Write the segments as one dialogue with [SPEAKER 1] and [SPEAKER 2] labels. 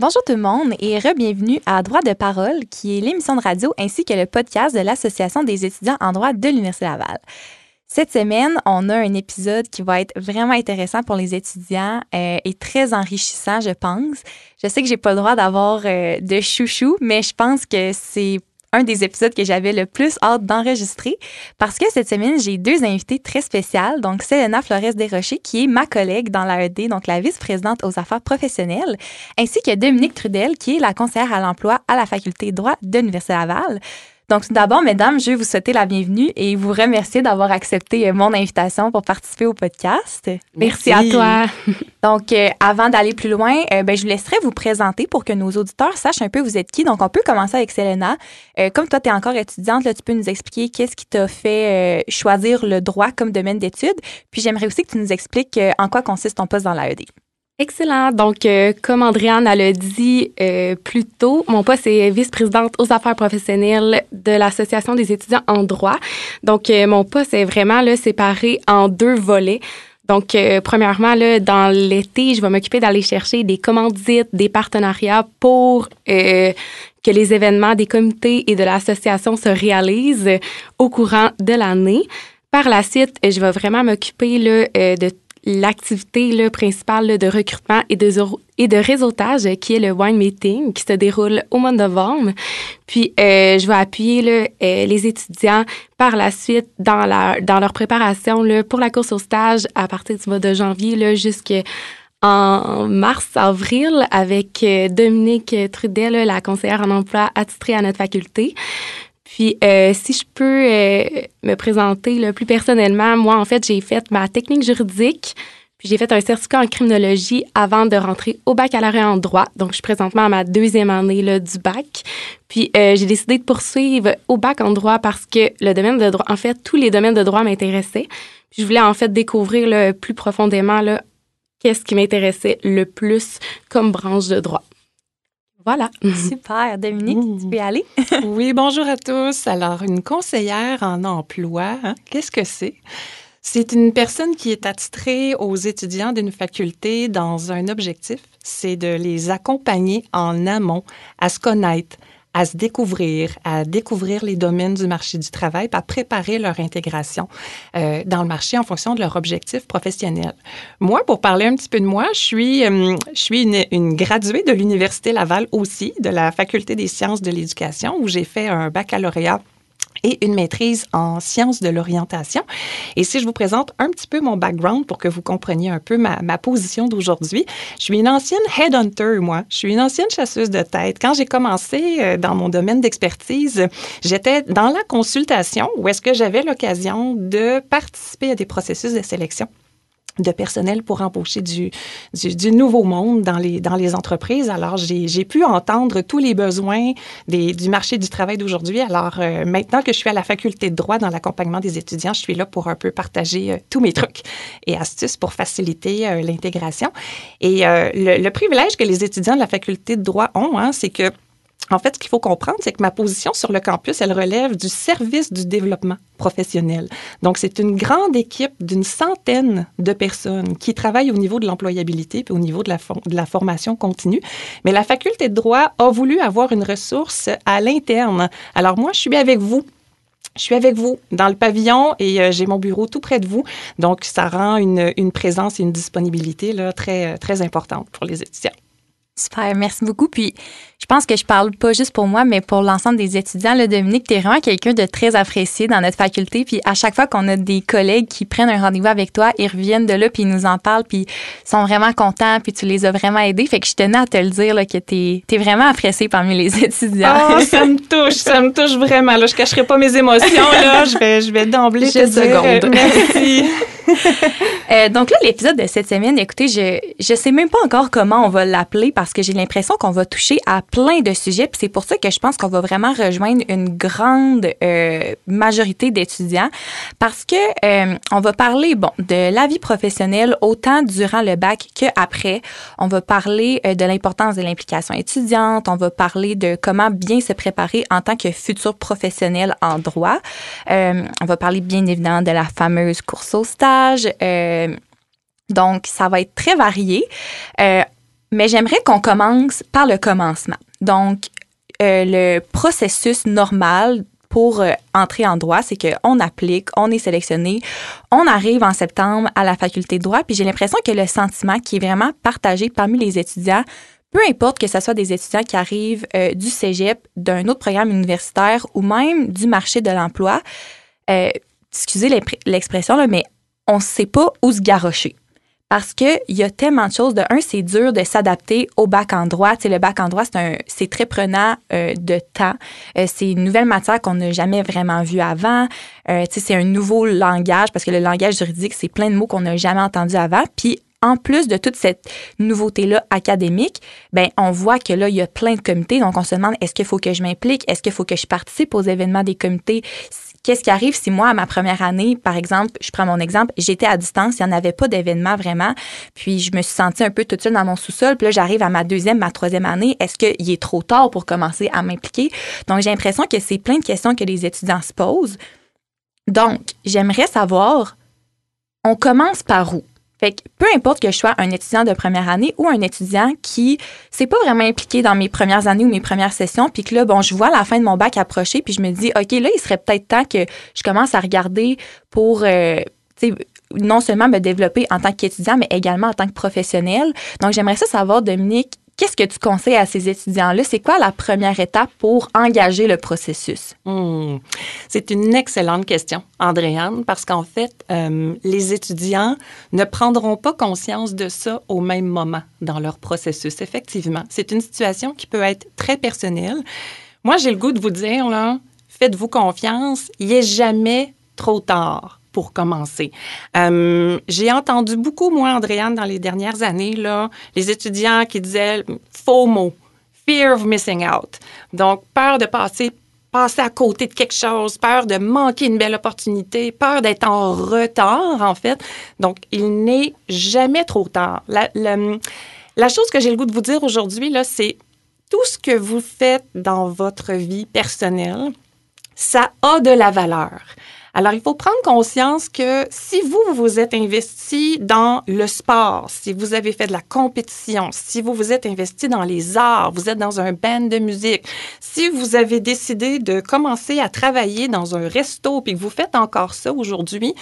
[SPEAKER 1] Bonjour tout le monde et re-bienvenue à Droit de parole, qui est l'émission de radio ainsi que le podcast de l'Association des étudiants en droit de l'Université Laval. Cette semaine, on a un épisode qui va être vraiment intéressant pour les étudiants et très enrichissant, je pense. Je sais que j'ai pas le droit d'avoir de chouchou, mais je pense que c'est un des épisodes que j'avais le plus hâte d'enregistrer parce que cette semaine, j'ai deux invités très spéciales. Donc, Selena Flores-Desrochers, qui est ma collègue dans l'AED, donc la vice-présidente aux affaires professionnelles, ainsi que Dominique Trudel, qui est la conseillère à l'emploi à la faculté de droit de l'Université Laval. Donc, tout d'abord, mesdames, je vais vous souhaiter la bienvenue et vous remercier d'avoir accepté mon invitation pour participer au podcast.
[SPEAKER 2] Merci à toi.
[SPEAKER 1] Donc, avant d'aller plus loin, je vous laisserai vous présenter pour que nos auditeurs sachent un peu vous êtes qui. Donc, on peut commencer avec Selena. Comme toi, tu es encore étudiante, là, tu peux nous expliquer qu'est-ce qui t'a fait choisir le droit comme domaine d'études. Puis, j'aimerais aussi que tu nous expliques en quoi consiste ton poste dans l'AED.
[SPEAKER 2] Excellent. Donc, comme Andréane l'a dit plus tôt, mon poste est vice-présidente aux affaires professionnelles de l'Association des étudiants en droit. Donc, mon poste est vraiment là, séparé en deux volets. Donc, premièrement, là, dans l'été, je vais m'occuper d'aller chercher des commandites, des partenariats pour que les événements des comités et de l'association se réalisent au courant de l'année. Par la suite, je vais vraiment m'occuper là, de l'activité là, principale là, de recrutement et de réseautage qui est le Wine Meeting qui se déroule au mois de novembre. Puis, je vais appuyer là, les étudiants par la suite dans leur préparation là, pour la course au stage à partir du mois de janvier là, jusqu'en mars-avril avec Dominique Trudel, là, la conseillère en emploi attitrée à notre faculté. Puis, si je peux me présenter là, plus personnellement, moi, en fait, j'ai fait ma technique juridique, puis j'ai fait un certificat en criminologie avant de rentrer au baccalauréat en droit. Donc, je suis présentement à ma deuxième année là, du bac. Puis, j'ai décidé de poursuivre au bac en droit parce que le domaine de droit, en fait, tous les domaines de droit m'intéressaient. Puis, je voulais en fait découvrir là, plus profondément là, qu'est-ce qui m'intéressait le plus comme branche de droit. Voilà.
[SPEAKER 1] Super. Dominique, tu peux y aller?
[SPEAKER 3] Oui, bonjour à tous. Alors, une conseillère en emploi, qu'est-ce que c'est? C'est une personne qui est attitrée aux étudiants d'une faculté dans un objectif, c'est de les accompagner en amont à se connaître, à se découvrir, à découvrir les domaines du marché du travail, puis à préparer leur intégration dans le marché en fonction de leur objectif professionnel. Moi, pour parler un petit peu de moi, je suis une graduée de l'Université Laval aussi, de la Faculté des sciences de l'éducation, où j'ai fait un baccalauréat et une maîtrise en sciences de l'orientation. Et si je vous présente un petit peu mon background pour que vous compreniez un peu ma position d'aujourd'hui, je suis une ancienne headhunter, moi. Je suis une ancienne chasseuse de tête. Quand j'ai commencé dans mon domaine d'expertise, j'étais dans la consultation où est-ce que j'avais l'occasion de participer à des processus de sélection de personnel pour embaucher du nouveau monde dans les entreprises. Alors, j'ai pu entendre tous les besoins du marché du travail d'aujourd'hui. Alors, maintenant que je suis à la faculté de droit dans l'accompagnement des étudiants, je suis là pour un peu partager tous mes trucs et astuces pour faciliter l'intégration. Et le privilège que les étudiants de la faculté de droit ont, c'est que en fait, ce qu'il faut comprendre, c'est que ma position sur le campus, elle relève du service du développement professionnel. Donc, c'est une grande équipe d'une centaine de personnes qui travaillent au niveau de l'employabilité puis au niveau de la formation continue. Mais la faculté de droit a voulu avoir une ressource à l'interne. Alors, moi, je suis avec vous. Je suis avec vous dans le pavillon et j'ai mon bureau tout près de vous. Donc, ça rend une présence et une disponibilité là, très, très importante pour les étudiants.
[SPEAKER 1] Super, merci beaucoup. Puis, je pense que je parle pas juste pour moi, mais pour l'ensemble des étudiants. Là, Dominique, tu es vraiment quelqu'un de très apprécié dans notre faculté. Puis, à chaque fois qu'on a des collègues qui prennent un rendez-vous avec toi, ils reviennent de là, puis ils nous en parlent, puis ils sont vraiment contents, puis tu les as vraiment aidés. Fait que je tenais à te le dire là, que t'es vraiment apprécié parmi les étudiants.
[SPEAKER 3] Oh, ça me touche vraiment. Là, je cacherai pas mes émotions. Là, je vais d'emblée te dire merci.
[SPEAKER 1] Donc là, l'épisode de cette semaine, écoutez, je sais même pas encore comment on va l'appeler parce que j'ai l'impression qu'on va toucher à plein de sujets. Puis c'est pour ça que je pense qu'on va vraiment rejoindre une grande majorité d'étudiants parce que on va parler de la vie professionnelle autant durant le bac qu'après. On va parler de l'importance de l'implication étudiante. On va parler de comment bien se préparer en tant que futur professionnel en droit. On va parler bien évidemment de la fameuse course au stage. Donc, ça va être très varié. Mais j'aimerais qu'on commence par le commencement. Donc, le processus normal pour entrer en droit, c'est qu'on applique, on est sélectionné, on arrive en septembre à la faculté de droit, puis j'ai l'impression que le sentiment qui est vraiment partagé parmi les étudiants, peu importe que ce soit des étudiants qui arrivent du cégep, d'un autre programme universitaire ou même du marché de l'emploi, excusez l'expression, là, mais on ne sait pas où se garrocher. Parce qu'il y a tellement de choses. De un, c'est dur de s'adapter au bac en droit. Tu sais, le bac en droit, c'est très prenant de temps. C'est une nouvelle matière qu'on n'a jamais vraiment vue avant. Tu sais, c'est un nouveau langage parce que le langage juridique, c'est plein de mots qu'on n'a jamais entendus avant. Puis, en plus de toute cette nouveauté-là académique, ben on voit que là, il y a plein de comités. Donc, on se demande, est-ce qu'il faut que je m'implique? Est-ce qu'il faut que je participe aux événements des comités? Qu'est-ce qui arrive si moi, à ma première année, par exemple, je prends mon exemple, j'étais à distance, il n'y en avait pas d'événement vraiment, puis je me suis sentie un peu toute seule dans mon sous-sol, puis là, j'arrive à ma deuxième, ma troisième année, est-ce qu'il est trop tard pour commencer à m'impliquer? Donc, j'ai l'impression que c'est plein de questions que les étudiants se posent. Donc, j'aimerais savoir, on commence par où? Fait que peu importe que je sois un étudiant de première année ou un étudiant qui s'est pas vraiment impliqué dans mes premières années ou mes premières sessions, puis que là, bon, je vois la fin de mon bac approcher, puis je me dis, OK, là, il serait peut-être temps que je commence à regarder pour, tu sais, non seulement me développer en tant qu'étudiant, mais également en tant que professionnel. Donc, j'aimerais ça savoir, Dominique, qu'est-ce que tu conseilles à ces étudiants-là? C'est quoi la première étape pour engager le processus?
[SPEAKER 3] C'est une excellente question, Andréane, parce qu'en fait, les étudiants ne prendront pas conscience de ça au même moment dans leur processus. Effectivement, c'est une situation qui peut être très personnelle. Moi, j'ai le goût de vous dire, là, faites-vous confiance, il n'est jamais trop tard pour commencer. J'ai entendu beaucoup, moi, Andréane, dans les dernières années, là, les étudiants qui disaient FOMO, Fear of Missing Out. Donc, peur de passer à côté de quelque chose, peur de manquer une belle opportunité, peur d'être en retard, en fait. Donc, il n'est jamais trop tard. La chose que j'ai le goût de vous dire aujourd'hui, là, c'est tout ce que vous faites dans votre vie personnelle, ça a de la valeur. Alors, il faut prendre conscience que si vous êtes investi dans le sport, si vous avez fait de la compétition, si vous êtes investi dans les arts, vous êtes dans un band de musique, si vous avez décidé de commencer à travailler dans un resto puis que vous faites encore ça aujourd'hui,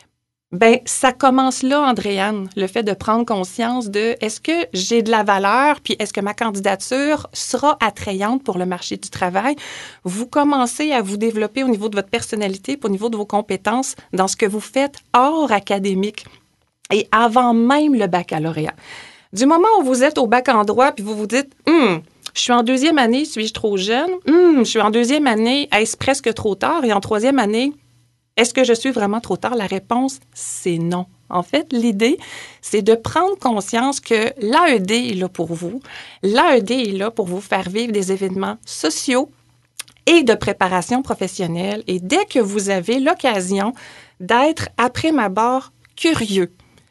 [SPEAKER 3] ben ça commence là, Andréane, le fait de prendre conscience de est-ce que j'ai de la valeur, puis est-ce que ma candidature sera attrayante pour le marché du travail. Vous commencez à vous développer au niveau de votre personnalité, puis au niveau de vos compétences dans ce que vous faites hors académique et avant même le baccalauréat. Du moment où vous êtes au bac en droit, puis vous vous dites je suis en deuxième année, suis-je trop jeune? Je suis en deuxième année, est-ce presque trop tard? Et en troisième année, est-ce que je suis vraiment trop tard? La réponse, c'est non. En fait, l'idée, c'est de prendre conscience que l'AED est là pour vous. L'AED est là pour vous faire vivre des événements sociaux et de préparation professionnelle. Et dès que vous avez l'occasion d'être, après ma barre, curieux,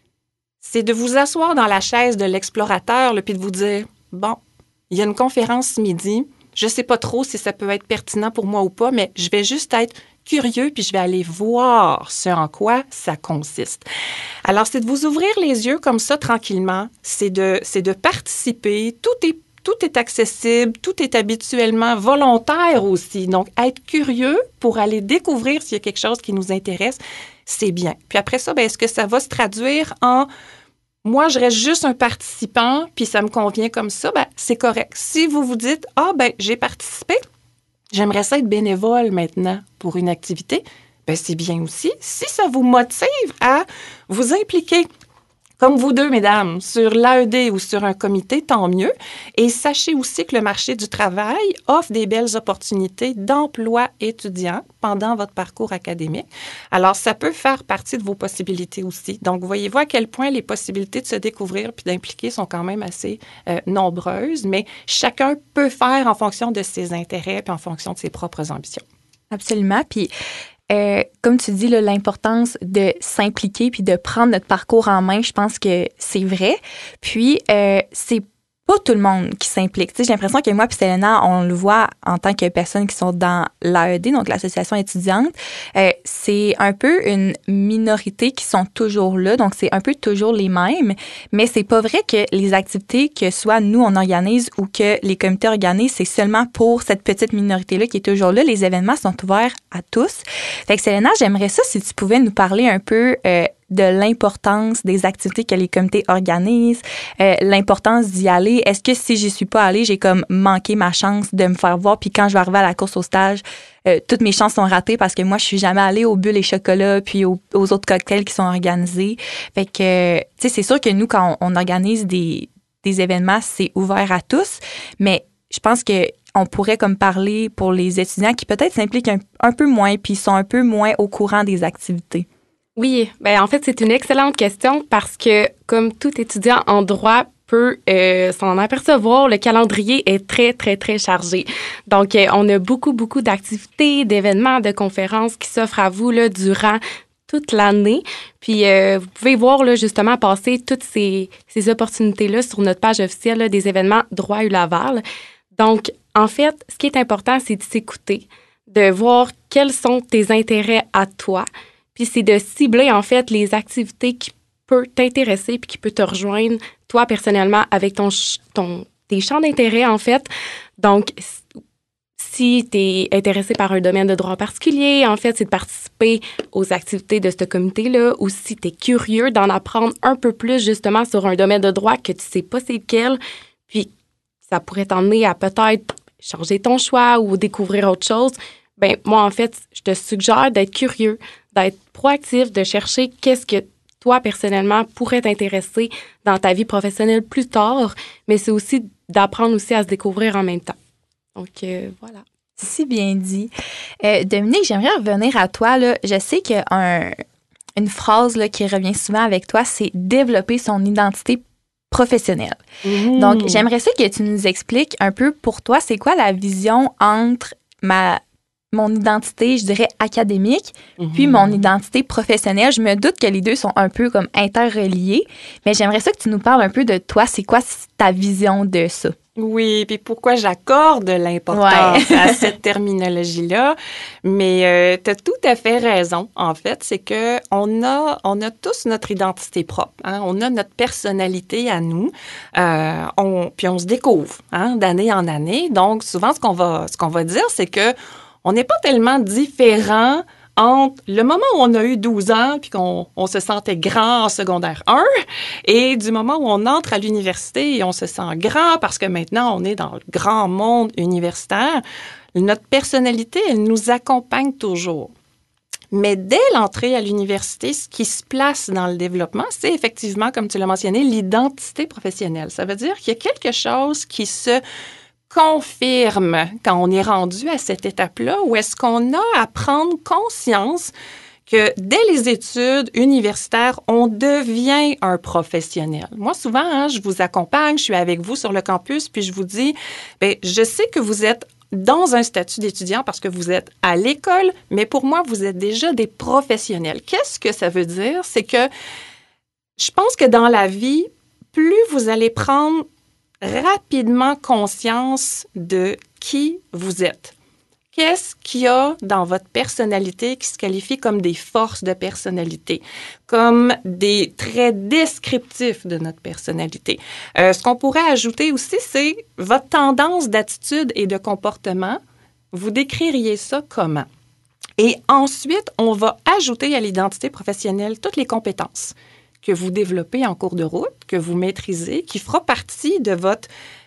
[SPEAKER 3] c'est de vous asseoir dans la chaise de l'explorateur, puis de vous dire, bon, il y a une conférence ce midi, je ne sais pas trop si ça peut être pertinent pour moi ou pas, mais je vais juste être curieux, puis je vais aller voir ce en quoi ça consiste. Alors, c'est de vous ouvrir les yeux comme ça tranquillement, c'est de participer, tout est accessible, tout est habituellement volontaire aussi. Donc, être curieux pour aller découvrir s'il y a quelque chose qui nous intéresse, c'est bien. Puis après ça, bien, est-ce que ça va se traduire en moi, je reste juste un participant, puis ça me convient comme ça, bien, c'est correct. Si vous vous dites, j'ai participé, j'aimerais ça être bénévole maintenant pour une activité, bien, c'est bien aussi. Si ça vous motive à vous impliquer, comme vous deux, mesdames, sur l'AED ou sur un comité, tant mieux. Et sachez aussi que le marché du travail offre des belles opportunités d'emploi étudiant pendant votre parcours académique. Alors, ça peut faire partie de vos possibilités aussi. Donc, voyez-vous à quel point les possibilités de se découvrir puis d'impliquer sont quand même assez nombreuses, mais chacun peut faire en fonction de ses intérêts puis en fonction de ses propres ambitions.
[SPEAKER 1] Absolument. Puis, comme tu dis, là, l'importance de s'impliquer puis de prendre notre parcours en main, je pense que c'est vrai. Puis, c'est pas tout le monde qui s'implique. Tu sais, j'ai l'impression que moi puis Selena, on le voit en tant que personnes qui sont dans l'AED, donc l'association étudiante. C'est un peu une minorité qui sont toujours là, donc c'est un peu toujours les mêmes. Mais c'est pas vrai que les activités que soit nous on organise ou que les comités organisent, c'est seulement pour cette petite minorité-là qui est toujours là. Les événements sont ouverts à tous. Fait que Selena, j'aimerais ça si tu pouvais nous parler un peu de l'importance des activités que les comités organisent, l'importance d'y aller. Est-ce que si j'y suis pas allée, j'ai comme manqué ma chance de me faire voir, puis quand je vais arriver à la course au stage, toutes mes chances sont ratées parce que moi, je suis jamais allée aux bulles et chocolats puis aux autres cocktails qui sont organisés. Fait que, tu sais, c'est sûr que nous, quand on organise des événements, c'est ouvert à tous, mais je pense que on pourrait comme parler pour les étudiants qui peut-être s'impliquent un peu moins puis sont un peu moins au courant des activités.
[SPEAKER 2] Oui, en fait, c'est une excellente question parce que, comme tout étudiant en droit peut s'en apercevoir, le calendrier est très, très, très chargé. Donc, on a beaucoup, beaucoup d'activités, d'événements, de conférences qui s'offrent à vous là, durant toute l'année. Puis, vous pouvez voir là, justement passer toutes ces opportunités-là sur notre page officielle là, des événements Droit U-Laval. Donc, en fait, ce qui est important, c'est de s'écouter, de voir quels sont tes intérêts à toi. Puis c'est de cibler, en fait, les activités qui peuvent t'intéresser puis qui peuvent te rejoindre, toi, personnellement, avec tes champs d'intérêt, en fait. Donc, si tu es intéressé par un domaine de droit particulier, en fait, c'est de participer aux activités de ce comité-là. Ou si tu es curieux d'en apprendre un peu plus, justement, sur un domaine de droit que tu sais pas c'est lequel, puis ça pourrait t'emmener à peut-être changer ton choix ou découvrir autre chose, ben moi, en fait, je te suggère d'être curieux, d'être proactif, de chercher qu'est-ce que toi, personnellement, pourrait t'intéresser dans ta vie professionnelle plus tard, mais c'est aussi d'apprendre aussi à se découvrir en même temps. Donc, voilà.
[SPEAKER 1] Si bien dit. Dominique, j'aimerais revenir à toi. Là. Je sais qu'une phrase là, qui revient souvent avec toi, c'est développer son identité professionnelle. Mmh. Donc, j'aimerais ça que tu nous expliques un peu pour toi, c'est quoi la vision entre mon identité, je dirais, académique, puis mon identité professionnelle. Je me doute que les deux sont un peu comme interreliés, mais j'aimerais ça que tu nous parles un peu de toi. C'est quoi ta vision de ça?
[SPEAKER 3] Oui, puis pourquoi j'accorde l'importance à cette terminologie-là. Mais tu as tout à fait raison, en fait. C'est que on a tous notre identité propre. Hein? On a notre personnalité à nous. Puis on se découvre d'année en année. Donc, souvent, ce qu'on va dire, c'est que on n'est pas tellement différent entre le moment où on a eu 12 ans puis qu'on se sentait grand en secondaire 1 et du moment où on entre à l'université et on se sent grand parce que maintenant, on est dans le grand monde universitaire. Notre personnalité, elle nous accompagne toujours. Mais dès l'entrée à l'université, ce qui se place dans le développement, c'est effectivement, comme tu l'as mentionné, l'identité professionnelle. Ça veut dire qu'il y a quelque chose qui se confirme quand on est rendu à cette étape-là, où est-ce qu'on a à prendre conscience que dès les études universitaires, on devient un professionnel. Moi, souvent, je vous accompagne, je suis avec vous sur le campus, puis je vous dis, bien, je sais que vous êtes dans un statut d'étudiant parce que vous êtes à l'école, mais pour moi, vous êtes déjà des professionnels. Qu'est-ce que ça veut dire? C'est que je pense que dans la vie, plus vous allez prendre rapidement conscience de qui vous êtes. Qu'est-ce qu'il y a dans votre personnalité qui se qualifie comme des forces de personnalité, comme des traits descriptifs de notre personnalité? Ce qu'on pourrait ajouter aussi, c'est votre tendance d'attitude et de comportement. Vous décririez ça comment? Et ensuite, on va ajouter à l'identité professionnelle toutes les compétences que vous développez en cours de route, que vous maîtrisez, qui fera partie de votre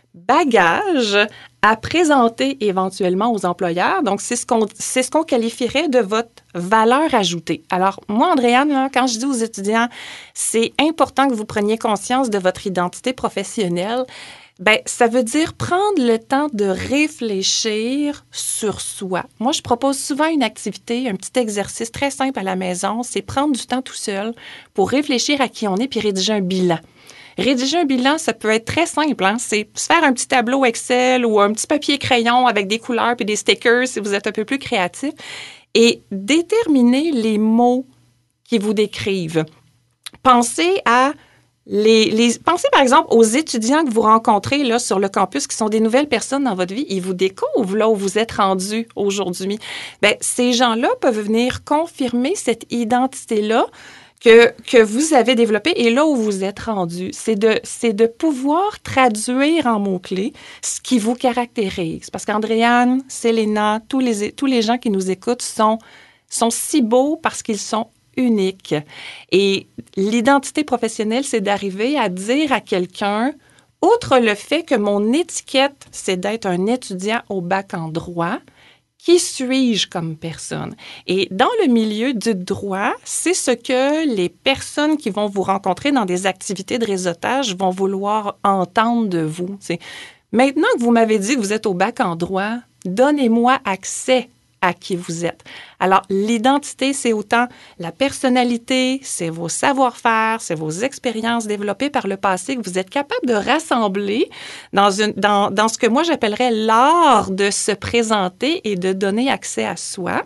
[SPEAKER 3] bagage à présenter éventuellement aux employeurs. Donc, c'est ce qu'on qualifierait de votre valeur ajoutée. Alors, moi, Andréane, là, quand je dis aux étudiants, c'est important que vous preniez conscience de votre identité professionnelle, bien, ça veut dire prendre le temps de réfléchir sur soi. Moi, je propose souvent une activité, un petit exercice très simple à la maison, c'est prendre du temps tout seul pour réfléchir à qui on est puis rédiger un bilan. Rédiger un bilan, ça peut être très simple. C'est se faire un petit tableau Excel ou un petit papier crayon avec des couleurs puis des stickers si vous êtes un peu plus créatif et déterminer les mots qui vous décrivent. Pensez à Pensez par exemple aux étudiants que vous rencontrez là, sur le campus qui sont des nouvelles personnes dans votre vie. Ils vous découvrent là où vous êtes rendus aujourd'hui. Bien, ces gens-là peuvent venir confirmer cette identité-là que vous avez développée et là où vous êtes rendu. C'est de pouvoir traduire en mots-clés ce qui vous caractérise. Parce qu'Andréane, Selena, tous les gens qui nous écoutent sont si beaux parce qu'ils sont uniques. Et l'identité professionnelle, c'est d'arriver à dire à quelqu'un, outre le fait que mon étiquette, c'est d'être un étudiant au bac en droit, qui suis-je comme personne? Et dans le milieu du droit, c'est ce que les personnes qui vont vous rencontrer dans des activités de réseautage vont vouloir entendre de vous. C'est, maintenant que vous m'avez dit que vous êtes au bac en droit, donnez-moi accès à qui vous êtes. Alors, l'identité, c'est autant la personnalité, c'est vos savoir-faire, c'est vos expériences développées par le passé que vous êtes capable de rassembler dans ce que moi j'appellerais l'art de se présenter et de donner accès à soi.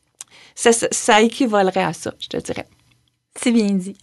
[SPEAKER 3] Ça équivaudrait à ça, je te dirais.
[SPEAKER 1] C'est bien dit.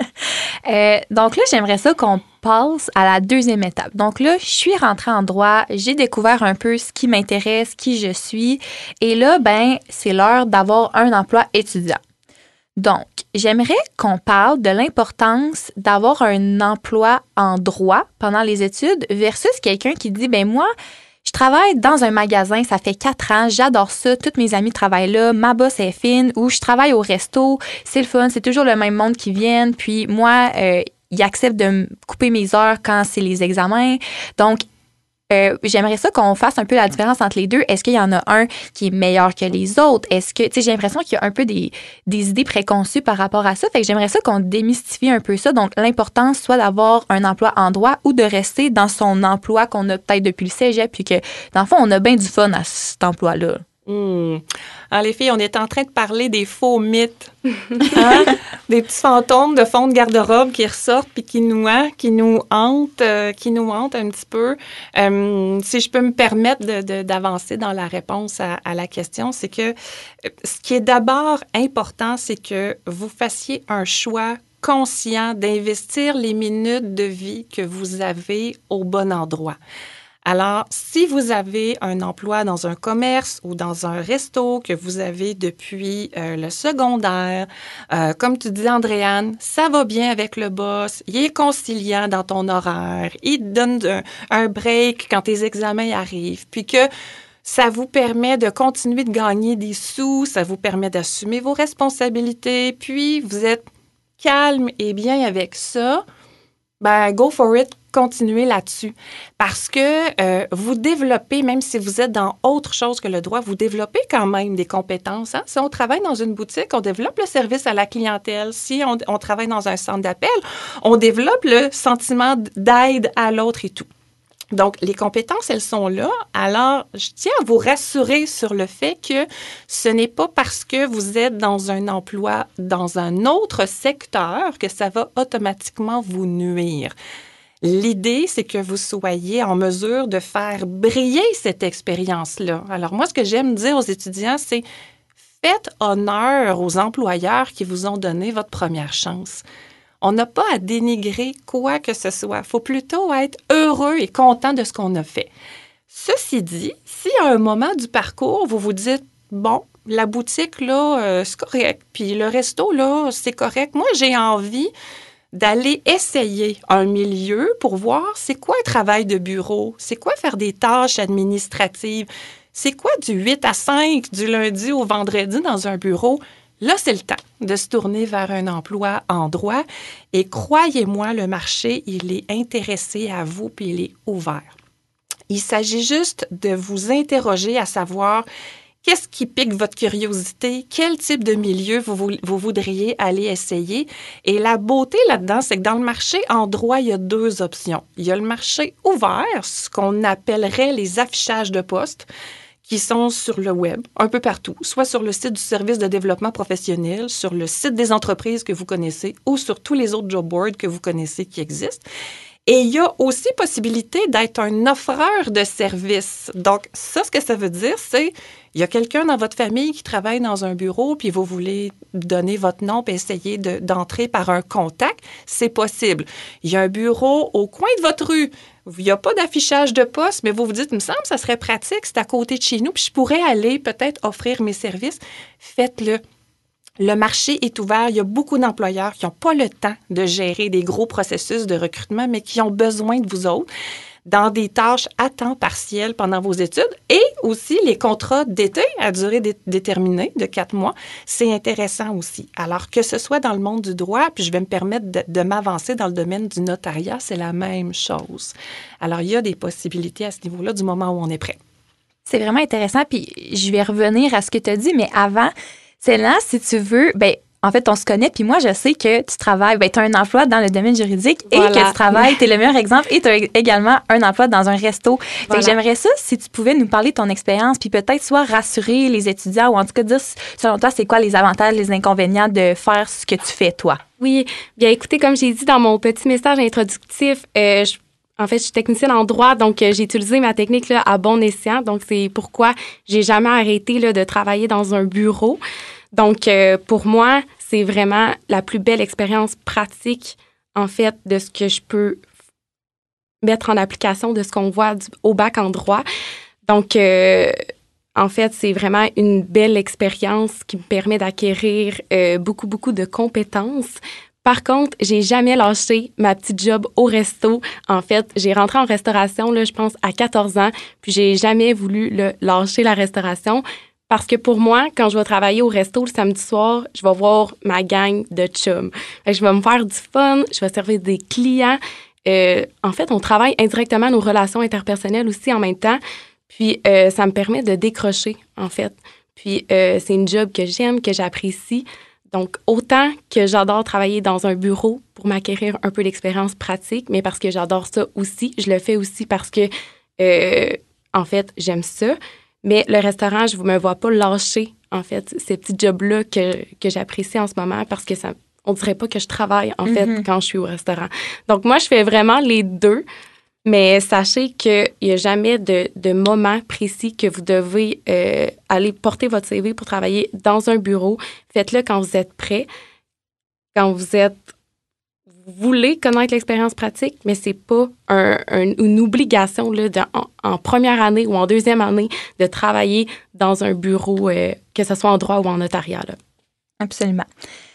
[SPEAKER 1] Donc là, j'aimerais ça qu'on passe à la deuxième étape. Donc là, je suis rentrée en droit, j'ai découvert un peu ce qui m'intéresse, qui je suis. Et là, ben, c'est l'heure d'avoir un emploi étudiant. Donc, j'aimerais qu'on parle de l'importance d'avoir un emploi en droit pendant les études versus quelqu'un qui dit, ben moi, je travaille dans un magasin, ça fait 4 ans, j'adore ça, toutes mes amis travaillent là, ma boss est fine, ou je travaille au resto, c'est le fun, c'est toujours le même monde qui vient, puis moi, ils acceptent de me couper mes heures quand c'est les examens. Donc, j'aimerais ça qu'on fasse un peu la différence entre les deux. Est-ce qu'il y en a un qui est meilleur que les autres? Est-ce que, tu sais, j'ai l'impression qu'il y a un peu des idées préconçues par rapport à ça. Fait que j'aimerais ça qu'on démystifie un peu ça. Donc, l'importance soit d'avoir un emploi en droit ou de rester dans son emploi qu'on a peut-être depuis le cégep, puis que, dans le fond, on a bien du fun à cet emploi-là.
[SPEAKER 3] Alors, les filles, on est en train de parler des faux mythes, hein? Des petits fantômes de fond de garde-robe qui ressortent puis qui nous hantent un petit peu. Si je peux me permettre d'avancer dans la réponse à la question, c'est que ce qui est d'abord important, c'est que vous fassiez un choix conscient d'investir les minutes de vie que vous avez au bon endroit. Alors, si vous avez un emploi dans un commerce ou dans un resto que vous avez depuis le secondaire, comme tu dis, Andréane, ça va bien avec le boss, il est conciliant dans ton horaire, il te donne un break quand tes examens arrivent, puis que ça vous permet de continuer de gagner des sous, ça vous permet d'assumer vos responsabilités, puis vous êtes calme et bien avec ça, ben go for it. Continuez là-dessus parce que vous développez, même si vous êtes dans autre chose que le droit, vous développez quand même des compétences. Hein? Si on travaille dans une boutique, on développe le service à la clientèle. Si on travaille dans un centre d'appel, on développe le sentiment d'aide à l'autre et tout. Donc, les compétences, elles sont là. Alors, je tiens à vous rassurer sur le fait que ce n'est pas parce que vous êtes dans un emploi dans un autre secteur que ça va automatiquement vous nuire. L'idée, c'est que vous soyez en mesure de faire briller cette expérience-là. Alors, moi, ce que j'aime dire aux étudiants, c'est faites honneur aux employeurs qui vous ont donné votre première chance. On n'a pas à dénigrer quoi que ce soit. Il faut plutôt être heureux et content de ce qu'on a fait. Ceci dit, si à un moment du parcours, vous vous dites, bon, la boutique, là, c'est correct, puis le resto, là, c'est correct. Moi, j'ai envie d'aller essayer un milieu pour voir c'est quoi un travail de bureau, c'est quoi faire des tâches administratives, c'est quoi du 8 à 5 du lundi au vendredi dans un bureau. Là, c'est le temps de se tourner vers un emploi en droit et croyez-moi, le marché, il est intéressé à vous puis il est ouvert. Il s'agit juste de vous interroger à savoir qu'est-ce qui pique votre curiosité? Quel type de milieu vous voudriez aller essayer? Et la beauté là-dedans, c'est que dans le marché en droit, il y a 2 options. Il y a le marché ouvert, ce qu'on appellerait les affichages de postes, qui sont sur le web, un peu partout, soit sur le site du service de développement professionnel, sur le site des entreprises que vous connaissez ou sur tous les autres job boards que vous connaissez qui existent. Et il y a aussi possibilité d'être un offreur de services. Donc, ça, ce que ça veut dire, c'est il y a quelqu'un dans votre famille qui travaille dans un bureau, puis vous voulez donner votre nom puis essayer d'entrer par un contact, c'est possible. Il y a un bureau au coin de votre rue. Il n'y a pas d'affichage de poste, mais vous vous dites, il me semble que ça serait pratique, c'est à côté de chez nous, puis je pourrais aller peut-être offrir mes services. Faites-le. Le marché est ouvert. Il y a beaucoup d'employeurs qui n'ont pas le temps de gérer des gros processus de recrutement, mais qui ont besoin de vous autres dans des tâches à temps partiel pendant vos études et aussi les contrats d'été à durée déterminée de 4 mois. C'est intéressant aussi. Alors, que ce soit dans le monde du droit, puis je vais me permettre de m'avancer dans le domaine du notariat, c'est la même chose. Alors, il y a des possibilités à ce niveau-là du moment où on est prêt.
[SPEAKER 1] C'est vraiment intéressant, puis je vais revenir à ce que tu as dit, mais avant, Céline, si tu veux, en fait, on se connaît, puis moi, je sais que tu travailles, tu as un emploi dans le domaine juridique et que tu travailles, tu es le meilleur exemple, et tu as également un emploi dans un resto. Fait que j'aimerais ça, si tu pouvais nous parler de ton expérience, puis peut-être soit rassurer les étudiants ou en tout cas dire, selon toi, c'est quoi les avantages, les inconvénients de faire ce que tu fais, toi?
[SPEAKER 2] Oui, bien écoutez, comme j'ai dit dans mon petit message introductif, en fait, je suis technicienne en droit, donc j'ai utilisé ma technique là, à bon escient. Donc, c'est pourquoi j'ai jamais arrêté là, de travailler dans un bureau. Donc, pour moi, c'est vraiment la plus belle expérience pratique, en fait, de ce que je peux mettre en application de ce qu'on voit au bac en droit. Donc, en fait, c'est vraiment une belle expérience qui me permet d'acquérir beaucoup, beaucoup de compétences. Par contre, j'ai jamais lâché ma petite job au resto. En fait, j'ai rentré en restauration, là, je pense, à 14 ans, puis j'ai jamais voulu lâcher la restauration. Parce que pour moi, quand je vais travailler au resto le samedi soir, je vais voir ma gang de chums. Je vais me faire du fun, je vais servir des clients. En fait, on travaille indirectement nos relations interpersonnelles aussi en même temps. Puis, ça me permet de décrocher, en fait. Puis, c'est une job que j'aime, que j'apprécie. Donc, autant que j'adore travailler dans un bureau pour m'acquérir un peu d'expérience pratique, mais parce que j'adore ça aussi, je le fais aussi parce que, en fait, j'aime ça. Mais le restaurant, je ne me vois pas lâcher, en fait, ces petits jobs-là que j'apprécie en ce moment parce que on dirait pas que je travaille, en fait, quand je suis au restaurant. Donc, moi, je fais vraiment les deux, mais sachez qu'il n'y a jamais de moment précis que vous devez aller porter votre CV pour travailler dans un bureau. Faites-le quand vous êtes prêt, quand vous voulez connaître l'expérience pratique, mais c'est pas une obligation là, en première année ou en deuxième année de travailler dans un bureau, que ce soit en droit ou en notariat. Là.
[SPEAKER 1] Absolument.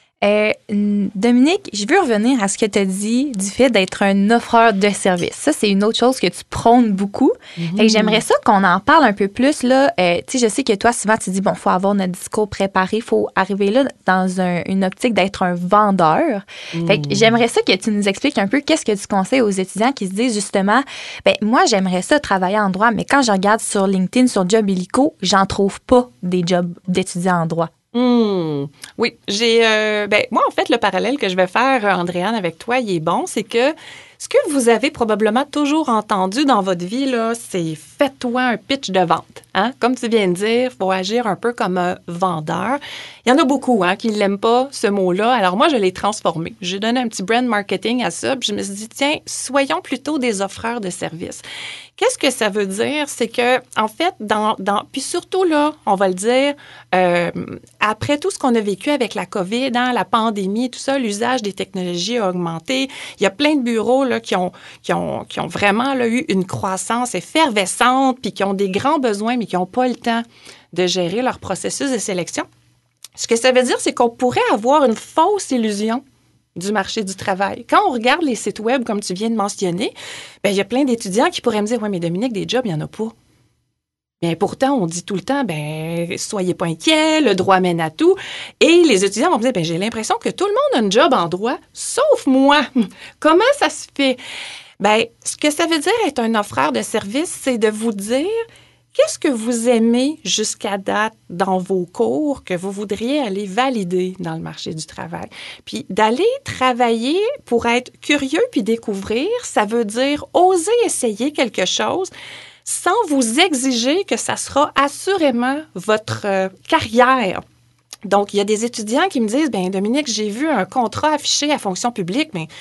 [SPEAKER 1] Dominique, je veux revenir à ce que tu as dit du fait d'être un offreur de service. Ça, c'est une autre chose que tu prônes beaucoup. Fait que j'aimerais ça qu'on en parle un peu plus. Là. Tu sais, je sais que toi, souvent, tu dis, bon, il faut avoir notre discours préparé, il faut arriver là dans une optique d'être un vendeur. Fait que j'aimerais ça que tu nous expliques un peu qu'est-ce que tu conseilles aux étudiants qui se disent justement, moi, j'aimerais ça travailler en droit, mais quand je regarde sur LinkedIn, sur Job Illico, j'en trouve pas des jobs d'étudiants en droit.
[SPEAKER 3] Oui, moi, en fait, le parallèle que je vais faire, Andréane, avec toi, il est bon, c'est que ce que vous avez probablement toujours entendu dans votre vie, là, c'est fais-toi un pitch de vente. Hein? Comme tu viens de dire, il faut agir un peu comme un vendeur. Il y en a beaucoup qui ne l'aiment pas, ce mot-là. Alors moi, je l'ai transformé. J'ai donné un petit brand marketing à ça, puis je me suis dit, tiens, soyons plutôt des offreurs de services. Qu'est-ce que ça veut dire? C'est que, en fait, puis surtout là, on va le dire, après tout ce qu'on a vécu avec la COVID, la pandémie et tout ça, l'usage des technologies a augmenté. Il y a plein de bureaux là, qui ont vraiment là, eu une croissance effervescente, puis qui ont des grands besoins, mais qui n'ont pas le temps de gérer leur processus de sélection. Ce que ça veut dire, c'est qu'on pourrait avoir une fausse illusion du marché du travail. Quand on regarde les sites web, comme tu viens de mentionner, il y a plein d'étudiants qui pourraient me dire « Oui, mais Dominique, des jobs, il n'y en a pas. » Bien, pourtant, on dit tout le temps « Soyez pas inquiets, le droit mène à tout. » Et les étudiants vont me dire « J'ai l'impression que tout le monde a un job en droit, sauf moi. Comment ça se fait? » Ce que ça veut dire être un offreur de service, c'est de vous dire qu'est-ce que vous aimez jusqu'à date dans vos cours que vous voudriez aller valider dans le marché du travail. Puis d'aller travailler pour être curieux puis découvrir, ça veut dire oser essayer quelque chose sans vous exiger que ça sera assurément votre carrière. Donc, il y a des étudiants qui me disent, Dominique, j'ai vu un contrat affiché à fonction publique, mais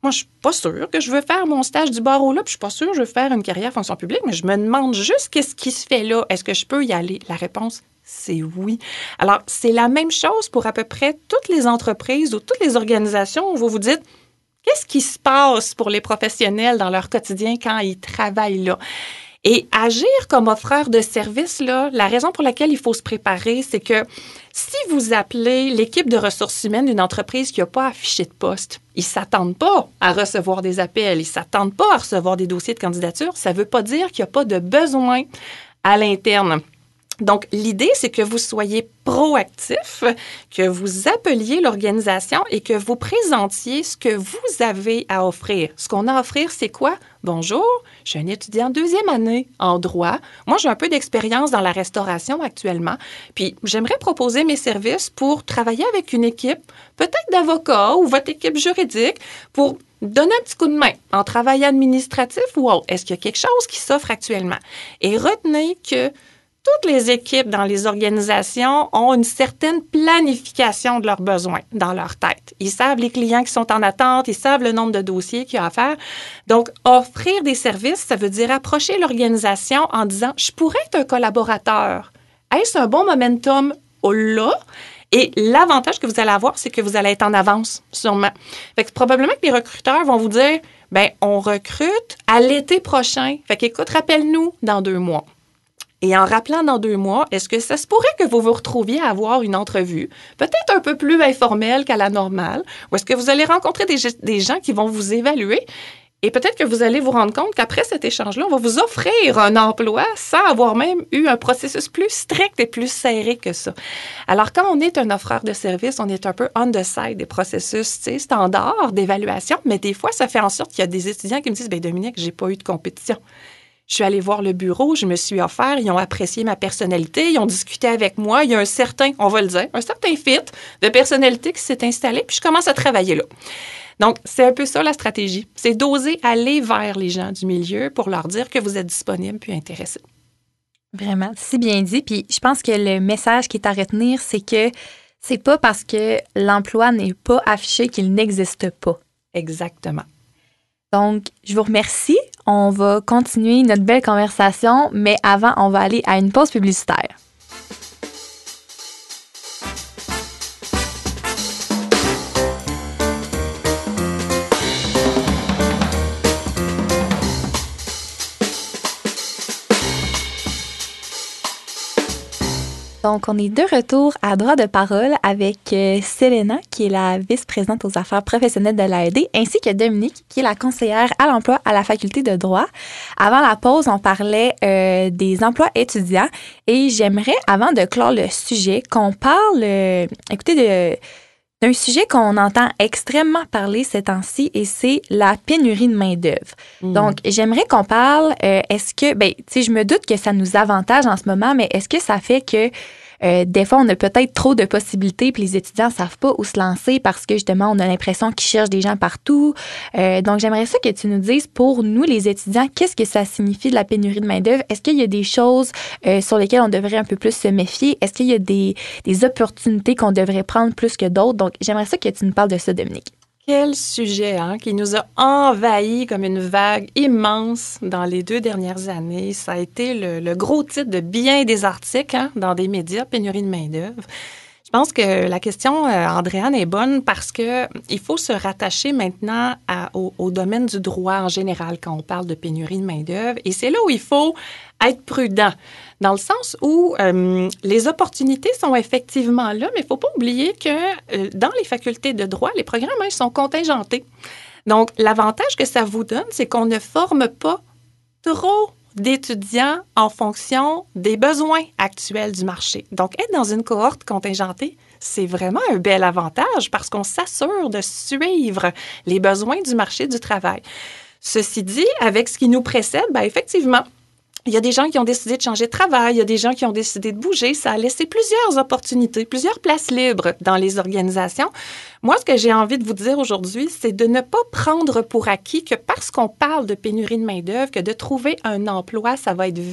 [SPEAKER 3] Moi, je suis pas sûre que je veux faire mon stage du barreau là, puis je suis pas sûre que je veux faire une carrière fonction publique, mais je me demande juste qu'est-ce qui se fait là. Est-ce que je peux y aller? La réponse, c'est oui. Alors, c'est la même chose pour à peu près toutes les entreprises ou toutes les organisations où vous vous dites, qu'est-ce qui se passe pour les professionnels dans leur quotidien quand ils travaillent là? Et agir comme offreur de services, là, la raison pour laquelle il faut se préparer, c'est que si vous appelez l'équipe de ressources humaines d'une entreprise qui n'a pas affiché de poste, ils ne s'attendent pas à recevoir des appels, ils ne s'attendent pas à recevoir des dossiers de candidature. Ça ne veut pas dire qu'il n'y a pas de besoin à l'interne. Donc, l'idée, c'est que vous soyez proactif, que vous appeliez l'organisation et que vous présentiez ce que vous avez à offrir. Ce qu'on a à offrir, c'est quoi? Bonjour, je suis un étudiant deuxième année en droit. Moi, j'ai un peu d'expérience dans la restauration actuellement. Puis, j'aimerais proposer mes services pour travailler avec une équipe, peut-être d'avocats ou votre équipe juridique, pour donner un petit coup de main en travail administratif ou autre. Est-ce qu'il y a quelque chose qui s'offre actuellement? Et retenez que toutes les équipes dans les organisations ont une certaine planification de leurs besoins dans leur tête. Ils savent les clients qui sont en attente, ils savent le nombre de dossiers qu'il y a à faire. Donc, offrir des services, ça veut dire approcher l'organisation en disant « Je pourrais être un collaborateur. Est-ce un bon momentum là? » Et l'avantage que vous allez avoir, c'est que vous allez être en avance, sûrement. Fait que probablement que les recruteurs vont vous dire « Bien, on recrute à l'été prochain. Fait qu'écoute, rappelle-nous dans 2 mois. » Et en rappelant dans 2 mois, est-ce que ça se pourrait que vous vous retrouviez à avoir une entrevue, peut-être un peu plus informelle qu'à la normale, ou est-ce que vous allez rencontrer des gens qui vont vous évaluer et peut-être que vous allez vous rendre compte qu'après cet échange-là, on va vous offrir un emploi sans avoir même eu un processus plus strict et plus serré que ça. Alors, quand on est un offreur de service, on est un peu on the side des processus standards d'évaluation, mais des fois, ça fait en sorte qu'il y a des étudiants qui me disent « Bien, Dominique, j'ai pas eu de compétition. » Je suis allée voir le bureau, je me suis offert, ils ont apprécié ma personnalité, ils ont discuté avec moi, il y a un certain, on va le dire, un certain fit de personnalité qui s'est installé, puis je commence à travailler là. Donc, c'est un peu ça la stratégie, c'est d'oser aller vers les gens du milieu pour leur dire que vous êtes disponible puis intéressé.
[SPEAKER 1] Vraiment, c'est bien dit. Puis je pense que le message qui est à retenir, c'est que c'est pas parce que l'emploi n'est pas affiché qu'il n'existe pas.
[SPEAKER 3] Exactement.
[SPEAKER 1] Donc, je vous remercie. On va continuer notre belle conversation, mais avant, on va aller à une pause publicitaire. Donc, on est de retour à Droit de parole avec Selena, qui est la vice-présidente aux affaires professionnelles de l'AED, ainsi que Dominique, qui est la conseillère à l'emploi à la faculté de droit. Avant la pause, on parlait des emplois étudiants et j'aimerais, avant de clore le sujet, qu'on parle, d'un sujet qu'on entend extrêmement parler ces temps-ci et c'est la pénurie de main-d'œuvre. Donc, j'aimerais qu'on parle, est-ce que, je me doute que ça nous avantage en ce moment, mais est-ce que ça fait que des fois, on a peut-être trop de possibilités puis les étudiants ne savent pas où se lancer parce que justement, on a l'impression qu'ils cherchent des gens partout. Donc, j'aimerais ça que tu nous dises pour nous, les étudiants, qu'est-ce que ça signifie de la pénurie de main-d'œuvre? Est-ce qu'il y a des choses sur lesquelles on devrait un peu plus se méfier? Est-ce qu'il y a des opportunités qu'on devrait prendre plus que d'autres? Donc, j'aimerais ça que tu nous parles de ça, Dominique.
[SPEAKER 3] Quel sujet qui nous a envahis comme une vague immense dans les 2 dernières années. Ça a été le gros titre de bien des articles dans des médias, pénurie de main-d'œuvre. Je pense que la question, Andréane, est bonne parce que il faut se rattacher maintenant au domaine du droit en général quand on parle de pénurie de main-d'œuvre. Et c'est là où il faut être prudent, dans le sens où les opportunités sont effectivement là, mais il ne faut pas oublier que dans les facultés de droit, les programmes sont contingentés. Donc, l'avantage que ça vous donne, c'est qu'on ne forme pas trop d'étudiants en fonction des besoins actuels du marché. Donc, être dans une cohorte contingentée, c'est vraiment un bel avantage parce qu'on s'assure de suivre les besoins du marché du travail. Ceci dit, avec ce qui nous précède, effectivement, il y a des gens qui ont décidé de changer de travail, il y a des gens qui ont décidé de bouger. Ça a laissé plusieurs opportunités, plusieurs places libres dans les organisations. Moi, ce que j'ai envie de vous dire aujourd'hui, c'est de ne pas prendre pour acquis que parce qu'on parle de pénurie de main-d'œuvre, que de trouver un emploi, ça va être vite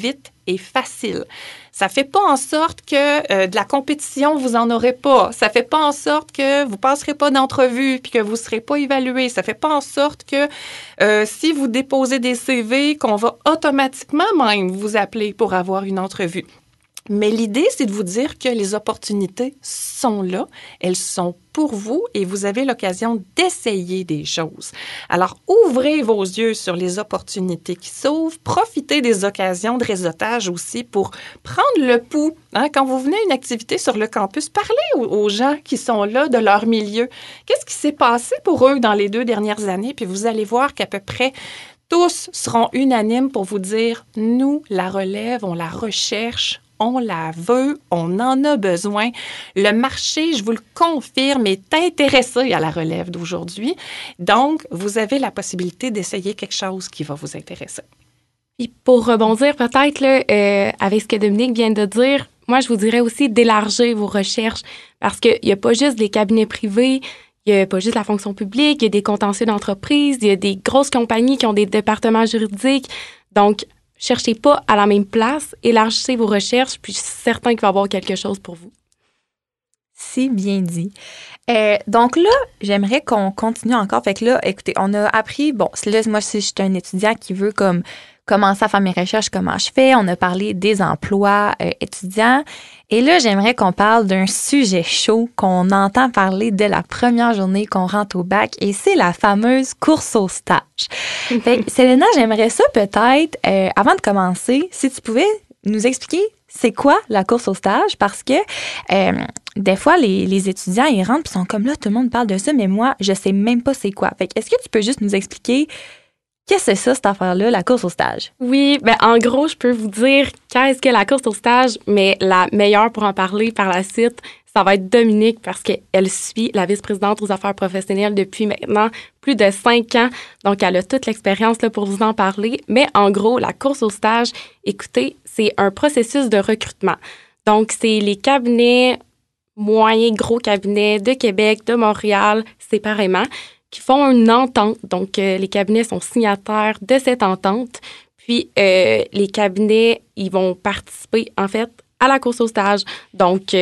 [SPEAKER 3] est facile. Ça fait pas en sorte que de la compétition, vous en aurez pas. Ça fait pas en sorte que vous passerez pas d'entrevue puis que vous serez pas évalué. Ça fait pas en sorte que si vous déposez des CV, qu'on va automatiquement même vous appeler pour avoir une entrevue. Mais l'idée, c'est de vous dire que les opportunités sont là, elles sont pour vous et vous avez l'occasion d'essayer des choses. Alors, ouvrez vos yeux sur les opportunités qui s'ouvrent, profitez des occasions de réseautage aussi pour prendre le pouls. Hein? Quand vous venez à une activité sur le campus, parlez aux gens qui sont là, de leur milieu. Qu'est-ce qui s'est passé pour eux dans les 2 dernières années? Puis vous allez voir qu'à peu près tous seront unanimes pour vous dire, nous, la relève, on la recherche, on la veut, on en a besoin. Le marché, je vous le confirme, est intéressé à la relève d'aujourd'hui. Donc, vous avez la possibilité d'essayer quelque chose qui va vous intéresser.
[SPEAKER 2] Puis pour rebondir peut-être là, avec ce que Dominique vient de dire, moi, je vous dirais aussi d'élargir vos recherches parce qu'il n'y a pas juste les cabinets privés, il n'y a pas juste la fonction publique, il y a des contentieux d'entreprise, il y a des grosses compagnies qui ont des départements juridiques. Donc, cherchez pas à la même place, élargissez vos recherches, puis je suis certain qu'il va y avoir quelque chose pour vous.
[SPEAKER 1] C'est bien dit. Donc là, j'aimerais qu'on continue encore. Fait que là, écoutez, on a appris, bon, là, moi, si je suis un étudiant qui veut comme commencer à faire mes recherches, comment je fais. On a parlé des emplois étudiants. Et là, j'aimerais qu'on parle d'un sujet chaud qu'on entend parler dès la première journée qu'on rentre au bac, et c'est la fameuse course au stage. Fait que, Selena, j'aimerais ça peut-être, avant de commencer, si tu pouvais nous expliquer c'est quoi la course au stage, parce que des fois, les étudiants, ils rentrent puis sont comme là, tout le monde parle de ça, mais moi, je sais même pas c'est quoi. Fait que, est-ce que tu peux juste nous expliquer qu'est-ce que c'est ça, cette affaire-là, la course au stage?
[SPEAKER 2] Oui, ben en gros, je peux vous dire qu'est-ce que la course au stage, mais la meilleure pour en parler par la suite, ça va être Dominique parce qu'elle suit la vice-présidente aux affaires professionnelles depuis maintenant plus de 5 ans. Donc, elle a toute l'expérience là, pour vous en parler. Mais en gros, la course au stage, écoutez, c'est un processus de recrutement. Donc, c'est les cabinets, moyens, gros cabinets de Québec, de Montréal, séparément, qui font une entente. Donc, les cabinets sont signataires de cette entente. Puis, les cabinets, ils vont participer, en fait, à la course au stage. Donc,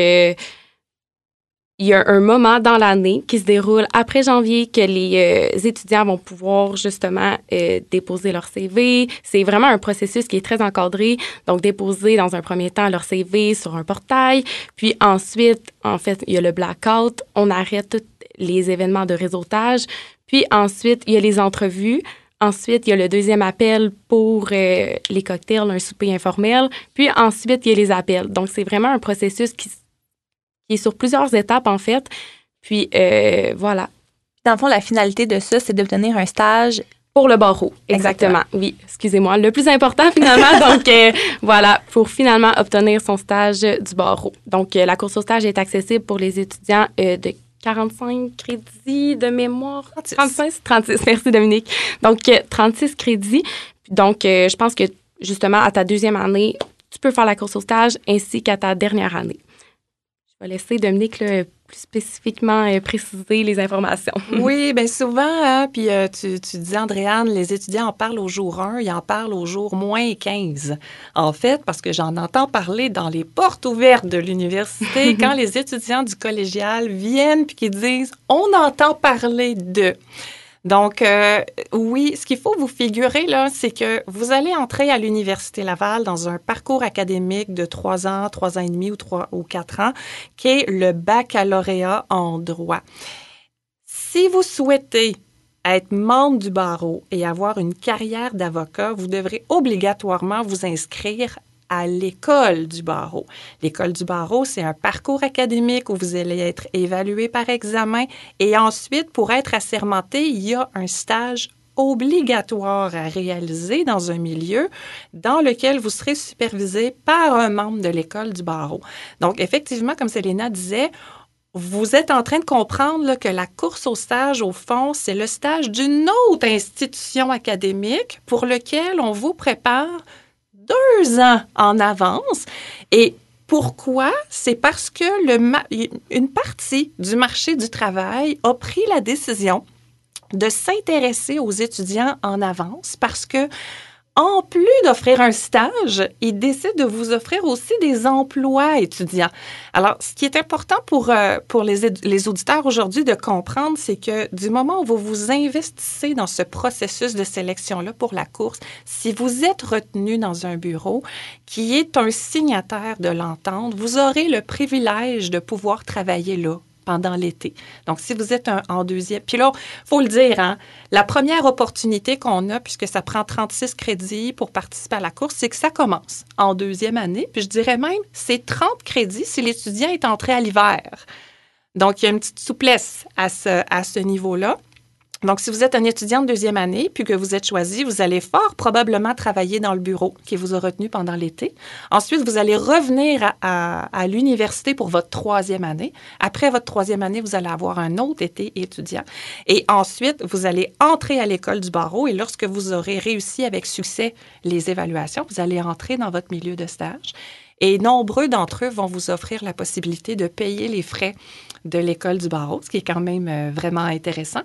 [SPEAKER 2] il y a un moment dans l'année qui se déroule après janvier que les étudiants vont pouvoir justement déposer leur CV. C'est vraiment un processus qui est très encadré. Donc, déposer dans un premier temps leur CV sur un portail. Puis ensuite, en fait, il y a le blackout. On arrête tous les événements de réseautage. Puis ensuite, il y a les entrevues. Ensuite, il y a le deuxième appel pour les cocktails, un souper informel. Puis ensuite, il y a les appels. Donc, c'est vraiment un processus qui est sur plusieurs étapes, en fait. Puis, voilà.
[SPEAKER 1] Dans le fond, la finalité de ça, c'est d'obtenir un stage
[SPEAKER 2] pour le barreau. Exactement. Oui, excusez-moi. Le plus important, finalement. Donc, voilà, pour finalement obtenir son stage du barreau. Donc, la course au stage est accessible pour les étudiants de 45 crédits de mémoire. 36. Merci, Dominique. Donc, 36 crédits. Donc, je pense que, justement, à ta deuxième année, tu peux faire la course au stage ainsi qu'à ta dernière année. Je vais laisser Dominique là, plus spécifiquement préciser les informations.
[SPEAKER 3] Oui, bien souvent, hein, puis tu disais, Andréane, les étudiants en parlent au jour 1, ils en parlent au jour moins 15. En fait, parce que j'en entends parler dans les portes ouvertes de l'université, quand les étudiants du collégial viennent puis qu'ils disent « on entend parler de ». Donc, oui, ce qu'il faut vous figurer, là, c'est que vous allez entrer à l'Université Laval dans un parcours académique de 3 ans, 3 ans et demi ou 4 ans, qui est le baccalauréat en droit. Si vous souhaitez être membre du barreau et avoir une carrière d'avocat, vous devrez obligatoirement vous inscrire à l'école du barreau. L'école du barreau, c'est un parcours académique où vous allez être évalué par examen et ensuite, pour être assermenté, il y a un stage obligatoire à réaliser dans un milieu dans lequel vous serez supervisé par un membre de l'école du barreau. Donc, effectivement, comme Selena disait, vous êtes en train de comprendre là, que la course au stage, au fond, c'est le stage d'une autre institution académique pour lequel on vous prépare 2 ans en avance. Et pourquoi? C'est parce que une partie du marché du travail a pris la décision de s'intéresser aux étudiants en avance parce que en plus d'offrir un stage, ils décident de vous offrir aussi des emplois étudiants. Alors, ce qui est important pour les auditeurs aujourd'hui de comprendre, c'est que du moment où vous vous investissez dans ce processus de sélection-là pour la course, si vous êtes retenu dans un bureau qui est un signataire de l'entente, vous aurez le privilège de pouvoir travailler là pendant l'été. Donc, si vous êtes en deuxième... Puis là, il faut le dire, hein, la première opportunité qu'on a, puisque ça prend 36 crédits pour participer à la course, c'est que ça commence en deuxième année. Puis je dirais même, c'est 30 crédits si l'étudiant est entré à l'hiver. Donc, il y a une petite souplesse à ce niveau-là. Donc, si vous êtes un étudiant de deuxième année, puis que vous êtes choisi, vous allez fort probablement travailler dans le bureau qui vous a retenu pendant l'été. Ensuite, vous allez revenir à l'université pour votre troisième année. Après votre troisième année, vous allez avoir un autre été étudiant. Et ensuite, vous allez entrer à l'école du barreau et lorsque vous aurez réussi avec succès les évaluations, vous allez entrer dans votre milieu de stage. Et nombreux d'entre eux vont vous offrir la possibilité de payer les frais de l'école du barreau, ce qui est quand même vraiment intéressant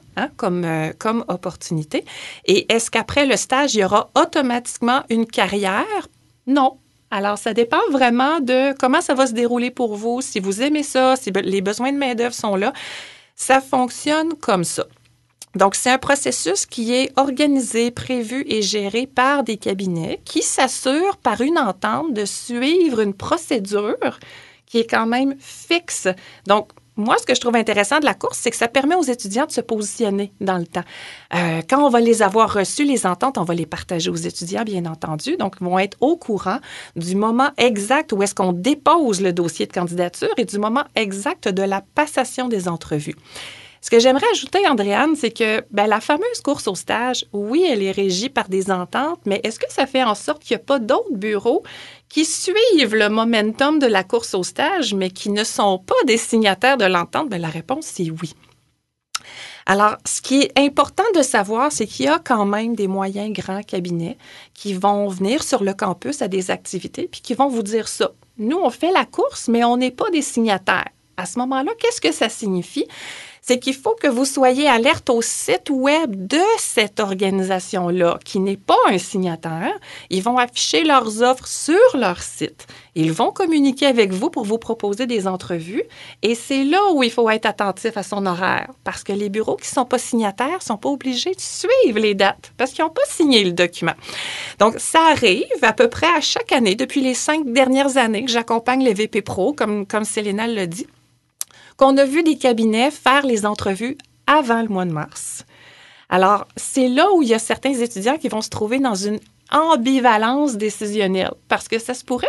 [SPEAKER 3] comme opportunité. Et est-ce qu'après le stage, il y aura automatiquement une carrière? Non. Alors, ça dépend vraiment de comment ça va se dérouler pour vous, si vous aimez ça, si les besoins de main-d'œuvre sont là. Ça fonctionne comme ça. Donc, c'est un processus qui est organisé, prévu et géré par des cabinets qui s'assurent par une entente de suivre une procédure qui est quand même fixe. Donc, moi, ce que je trouve intéressant de la course, c'est que ça permet aux étudiants de se positionner dans le temps. Quand on va les avoir reçus, les ententes, on va les partager aux étudiants, bien entendu. Donc, ils vont être au courant du moment exact où est-ce qu'on dépose le dossier de candidature et du moment exact de la passation des entrevues. Ce que j'aimerais ajouter, Andréane, c'est que la fameuse course au stage, oui, elle est régie par des ententes, mais est-ce que ça fait en sorte qu'il n'y a pas d'autres bureaux qui suivent le momentum de la course au stage, mais qui ne sont pas des signataires de l'entente? La réponse, c'est oui. Alors, ce qui est important de savoir, c'est qu'il y a quand même des moyens grands cabinets qui vont venir sur le campus à des activités puis qui vont vous dire ça. Nous, on fait la course, mais on n'est pas des signataires. À ce moment-là, qu'est-ce que ça signifie? C'est qu'il faut que vous soyez alerte au site web de cette organisation-là, qui n'est pas un signataire. Ils vont afficher leurs offres sur leur site. Ils vont communiquer avec vous pour vous proposer des entrevues. Et c'est là où il faut être attentif à son horaire, parce que les bureaux qui ne sont pas signataires ne sont pas obligés de suivre les dates, parce qu'ils n'ont pas signé le document. Donc, ça arrive à peu près à chaque année, depuis les 5 dernières années que j'accompagne les VP Pro, comme Céléna l'a dit, qu'on a vu des cabinets faire les entrevues avant le mois de mars. Alors, c'est là où il y a certains étudiants qui vont se trouver dans une ambivalence décisionnelle, parce que ça se pourrait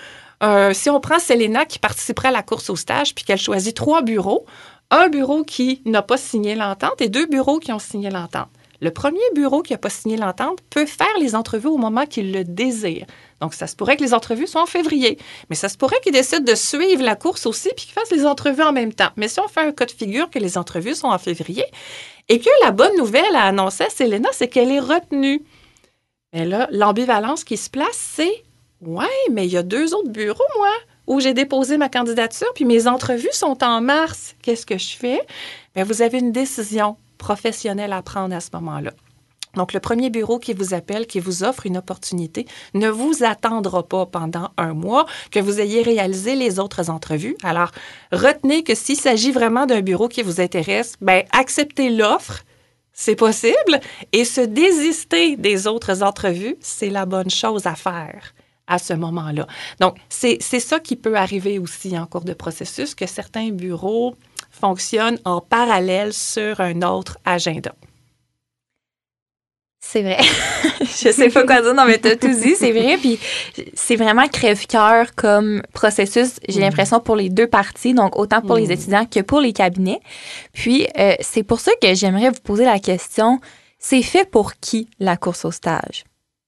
[SPEAKER 3] que si on prend Céléna qui participerait à la course au stage puis qu'elle choisit 3 bureaux, un bureau qui n'a pas signé l'entente et 2 bureaux qui ont signé l'entente. Le premier bureau qui n'a pas signé l'entente peut faire les entrevues au moment qu'il le désire. Donc, ça se pourrait que les entrevues soient en février, mais ça se pourrait qu'il décide de suivre la course aussi puis qu'il fasse les entrevues en même temps. Mais si on fait un cas de figure que les entrevues sont en février et que la bonne nouvelle à annoncer à Céléna, c'est qu'elle est retenue. Mais là, l'ambivalence qui se place, c'est « Ouais, mais il y a 2 autres bureaux, moi, où j'ai déposé ma candidature puis mes entrevues sont en mars. Qu'est-ce que je fais? » Bien, vous avez une décision professionnelle à prendre à ce moment-là. Donc, le premier bureau qui vous appelle, qui vous offre une opportunité, ne vous attendra pas pendant 1 mois que vous ayez réalisé les autres entrevues. Alors, retenez que s'il s'agit vraiment d'un bureau qui vous intéresse, acceptez l'offre, c'est possible, et se désister des autres entrevues, c'est la bonne chose à faire à ce moment-là. Donc, c'est ça qui peut arriver aussi en cours de processus, que certains bureaux fonctionnent en parallèle sur un autre agenda.
[SPEAKER 1] C'est vrai. Je sais pas quoi dire, non, mais t'as tout dit, c'est vrai. Puis c'est vraiment crève-cœur comme processus, j'ai l'impression, pour les 2 parties, donc autant pour les étudiants que pour les cabinets. Puis c'est pour ça que j'aimerais vous poser la question, c'est fait pour qui la course au stage?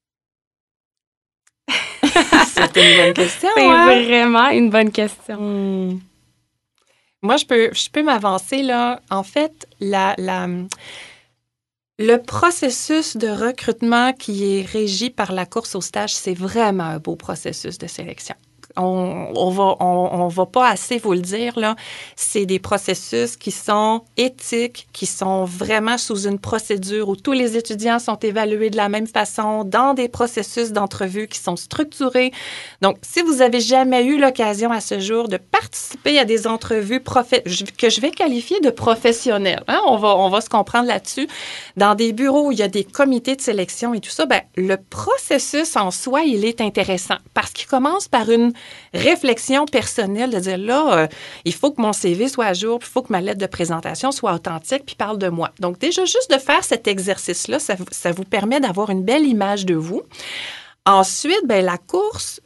[SPEAKER 3] C'est une bonne question.
[SPEAKER 2] C'est vraiment une bonne question.
[SPEAKER 3] Moi, je peux m'avancer là. En fait, le processus de recrutement qui est régi par la course au stage, c'est vraiment un beau processus de sélection. on va pas assez vous le dire, là. C'est des processus qui sont éthiques, qui sont vraiment sous une procédure où tous les étudiants sont évalués de la même façon, dans des processus d'entrevue qui sont structurés. Donc, si vous avez jamais eu l'occasion à ce jour de participer à des entrevues que je vais qualifier de professionnelles, hein, on va se comprendre là-dessus, dans des bureaux où il y a des comités de sélection et tout ça, ben, le processus en soi, il est intéressant parce qu'il commence par une réflexion personnelle de dire là, il faut que mon CV soit à jour, puis il faut que ma lettre de présentation soit authentique puis parle de moi. Donc, déjà, juste de faire cet exercice-là, ça vous permet d'avoir une belle image de vous. Ensuite, ben, la course,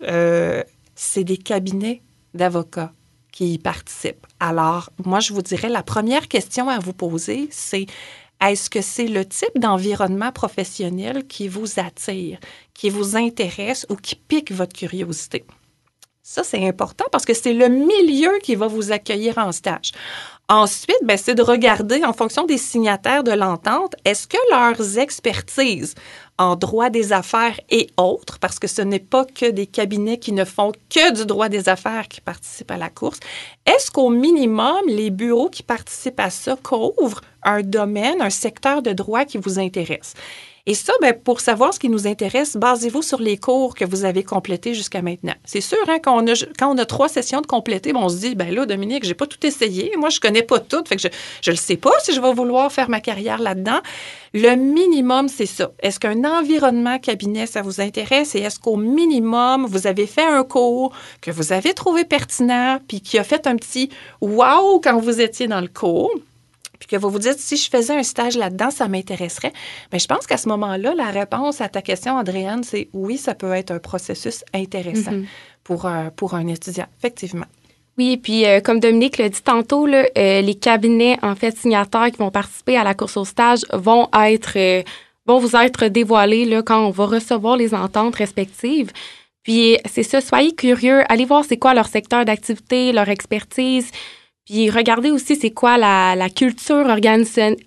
[SPEAKER 3] c'est des cabinets d'avocats qui y participent. Alors, moi, je vous dirais, la première question à vous poser, c'est est-ce que c'est le type d'environnement professionnel qui vous attire, qui vous intéresse ou qui pique votre curiosité? Ça, c'est important parce que c'est le milieu qui va vous accueillir en stage. Ensuite, ben, c'est de regarder, en fonction des signataires de l'entente, est-ce que leurs expertises en droit des affaires et autres, parce que ce n'est pas que des cabinets qui ne font que du droit des affaires qui participent à la course, est-ce qu'au minimum, les bureaux qui participent à ça couvrent un domaine, un secteur de droit qui vous intéresse? Et ça, ben, pour savoir ce qui nous intéresse, basez-vous sur les cours que vous avez complétés jusqu'à maintenant. C'est sûr, hein, quand on a 3 sessions de compléter, ben, on se dit, ben là, Dominique, j'ai pas tout essayé. Moi, je connais pas tout. Fait que je le sais pas si je vais vouloir faire ma carrière là-dedans. Le minimum, c'est ça. Est-ce qu'un environnement cabinet, ça vous intéresse? Et est-ce qu'au minimum, vous avez fait un cours que vous avez trouvé pertinent puis qui a fait un petit « wow » quand vous étiez dans le cours? Puis que vous vous dites, si je faisais un stage là-dedans, ça m'intéresserait. Bien, je pense qu'à ce moment-là, la réponse à ta question, Andréane, c'est oui, ça peut être un processus intéressant pour un étudiant, effectivement.
[SPEAKER 2] Oui, et puis comme Dominique l'a dit tantôt, là, les cabinets, en fait, signataires qui vont participer à la course au stage vont vous être dévoilés là, quand on va recevoir les ententes respectives. Puis c'est ça, soyez curieux, allez voir c'est quoi leur secteur d'activité, leur expertise. Puis regardez aussi c'est quoi la culture organisationnelle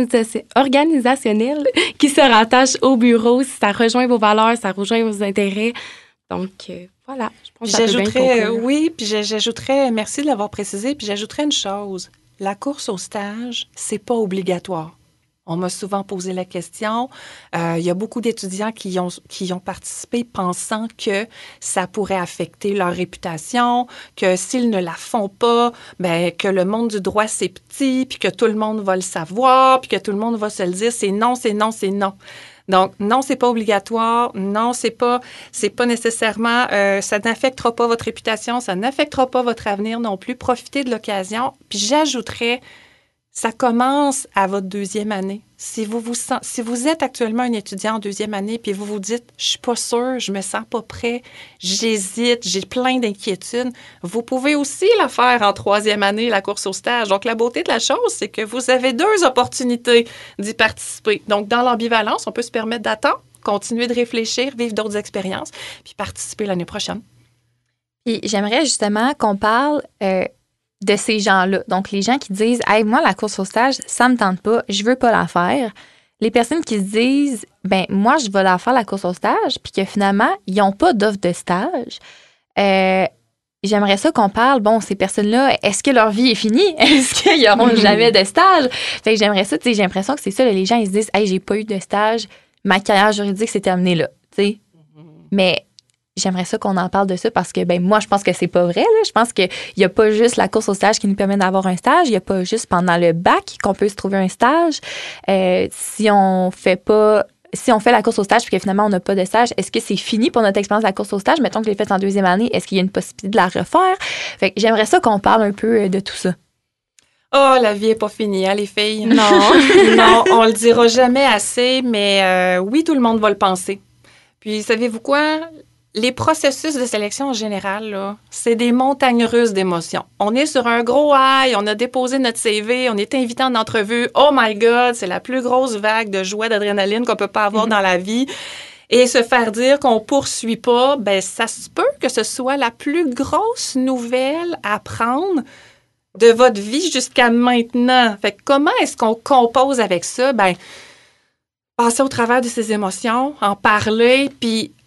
[SPEAKER 2] qui se rattache au bureau, si ça rejoint vos valeurs, ça rejoint vos intérêts. Donc, voilà, je pense que ça peut bien conclure.
[SPEAKER 3] Oui, puis j'ajouterais, merci de l'avoir précisé, puis j'ajouterais une chose. La course au stage, c'est pas obligatoire. On m'a souvent posé la question. Il y a beaucoup d'étudiants qui ont participé pensant que ça pourrait affecter leur réputation, que s'ils ne la font pas, ben que le monde du droit, c'est petit, puis que tout le monde va le savoir, puis que tout le monde va se le dire, c'est non, c'est non, c'est non. Donc, non, c'est pas obligatoire. Non, c'est pas nécessairement, ça n'affectera pas votre réputation, ça n'affectera pas votre avenir non plus. Profitez de l'occasion. Puis j'ajouterais, ça commence à votre 2e année. Si vous êtes actuellement un étudiant en 2e année, puis vous vous dites, je suis pas sûre, je me sens pas prêt, j'hésite, j'ai plein d'inquiétudes, vous pouvez aussi la faire en 3e année, la course au stage. Donc, la beauté de la chose, c'est que vous avez 2 opportunités d'y participer. Donc, dans l'ambivalence, on peut se permettre d'attendre, continuer de réfléchir, vivre d'autres expériences, puis participer l'année prochaine.
[SPEAKER 1] Puis, j'aimerais justement qu'on parle de ces gens-là. Donc, les gens qui disent « Hey, moi, la course au stage, ça me tente pas, je veux pas la faire. » Les personnes qui se disent « Ben, moi, je vais la faire, la course au stage, puis que finalement, ils n'ont pas d'offre de stage. » J'aimerais ça qu'on parle, bon, ces personnes-là, est-ce que leur vie est finie? Est-ce qu'ils n'auront jamais de stage? Fait que j'aimerais ça, tu sais, j'ai l'impression que c'est ça, là, les gens, ils se disent « Hey, j'ai pas eu de stage, ma carrière juridique, c'est terminé là. » Tu sais. Mais j'aimerais ça qu'on en parle de ça parce que, ben moi, je pense que c'est pas vrai. Là. Je pense qu'il n'y a pas juste la course au stage qui nous permet d'avoir un stage. Il n'y a pas juste pendant le bac qu'on peut se trouver un stage. Si on fait la course au stage puis que finalement, on n'a pas de stage, est-ce que c'est fini pour notre expérience de la course au stage? Mettons que je l'ai faite en 2e année, est-ce qu'il y a une possibilité de la refaire? Fait que j'aimerais ça qu'on parle un peu de tout ça.
[SPEAKER 3] Oh, la vie est pas finie, hein, les filles? Non. Non, on le dira jamais assez, mais oui, tout le monde va le penser. Puis, savez-vous quoi? Les processus de sélection en général, là, c'est des montagnes russes d'émotions. On est sur un gros high, on a déposé notre CV, on est invité en entrevue. Oh my God, c'est la plus grosse vague de joie, d'adrénaline qu'on peut pas avoir dans la vie. Et se faire dire qu'on poursuit pas, ben ça se peut que ce soit la plus grosse nouvelle à prendre de votre vie jusqu'à maintenant. Fait que comment est-ce qu'on compose avec ça? Ben, passer au travers de ces émotions, en parler, puis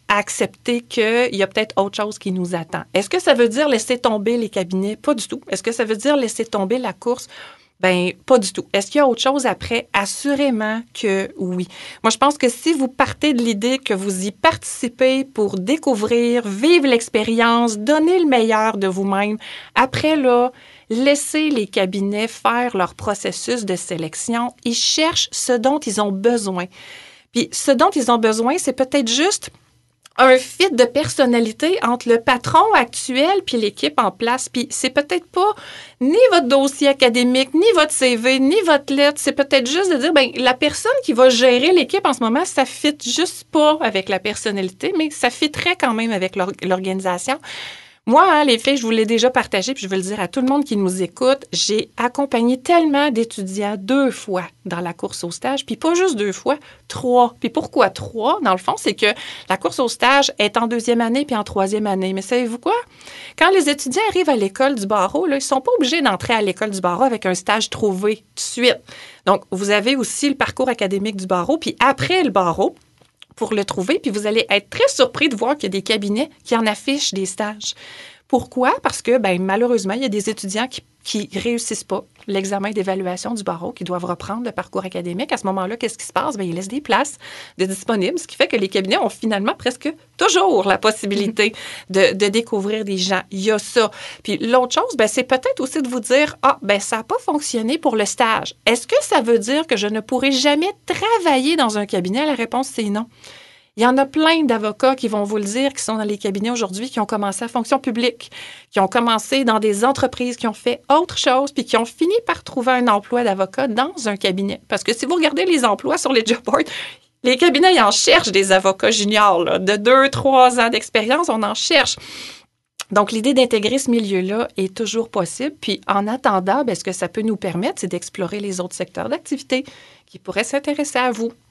[SPEAKER 3] à accepter qu'il y a peut-être autre chose qui nous attend. Est-ce que ça veut dire laisser tomber les cabinets? Pas du tout. Est-ce que ça veut dire laisser tomber la course? Ben pas du tout. Est-ce qu'il y a autre chose après? Assurément que oui. Moi, je pense que si vous partez de l'idée que vous y participez pour découvrir, vivre l'expérience, donner le meilleur de vous-même, après, là, laissez les cabinets faire leur processus de sélection. Ils cherchent ce dont ils ont besoin. Puis ce dont ils ont besoin, c'est peut-être juste un fit de personnalité entre le patron actuel puis l'équipe en place. Puis c'est peut-être pas ni votre dossier académique, ni votre CV, ni votre lettre. C'est peut-être juste de dire, ben la personne qui va gérer l'équipe en ce moment, ça fit juste pas avec la personnalité, mais ça fitterait quand même avec l'organisation. Moi, les filles, je vous l'ai déjà partagé, puis je veux le dire à tout le monde qui nous écoute, j'ai accompagné tellement d'étudiants 2 fois dans la course au stage, puis pas juste 2 fois, 3. Puis pourquoi 3? Dans le fond, c'est que la course au stage est en 2e année puis en 3e année. Mais savez-vous quoi? Quand les étudiants arrivent à l'école du barreau, là, ils sont pas obligés d'entrer à l'école du barreau avec un stage trouvé tout de suite. Donc, vous avez aussi le parcours académique du barreau, puis après le barreau, pour le trouver, puis vous allez être très surpris de voir qu'il y a des cabinets qui en affichent des stages. Pourquoi? Parce que, ben, malheureusement, il y a des étudiants qui réussissent pas l'examen d'évaluation du barreau, qui doivent reprendre le parcours académique. À ce moment-là, qu'est-ce qui se passe? Bien, ils laissent des places de disponibles, ce qui fait que les cabinets ont finalement presque toujours la possibilité de découvrir des gens. Il y a ça. Puis l'autre chose, bien, c'est peut-être aussi de vous dire, ben, ça n'a pas fonctionné pour le stage. Est-ce que ça veut dire que je ne pourrai jamais travailler dans un cabinet? La réponse, c'est non. Il y en a plein d'avocats qui vont vous le dire, qui sont dans les cabinets aujourd'hui, qui ont commencé à fonction publique, qui ont commencé dans des entreprises, qui ont fait autre chose, puis qui ont fini par trouver un emploi d'avocat dans un cabinet. Parce que si vous regardez les emplois sur les job boards, les cabinets, ils en cherchent des avocats juniors, là, de 2-3 ans d'expérience, on en cherche. Donc, l'idée d'intégrer ce milieu-là est toujours possible. Puis, en attendant, bien, ce que ça peut nous permettre, c'est d'explorer les autres secteurs d'activité qui pourraient s'intéresser à vous.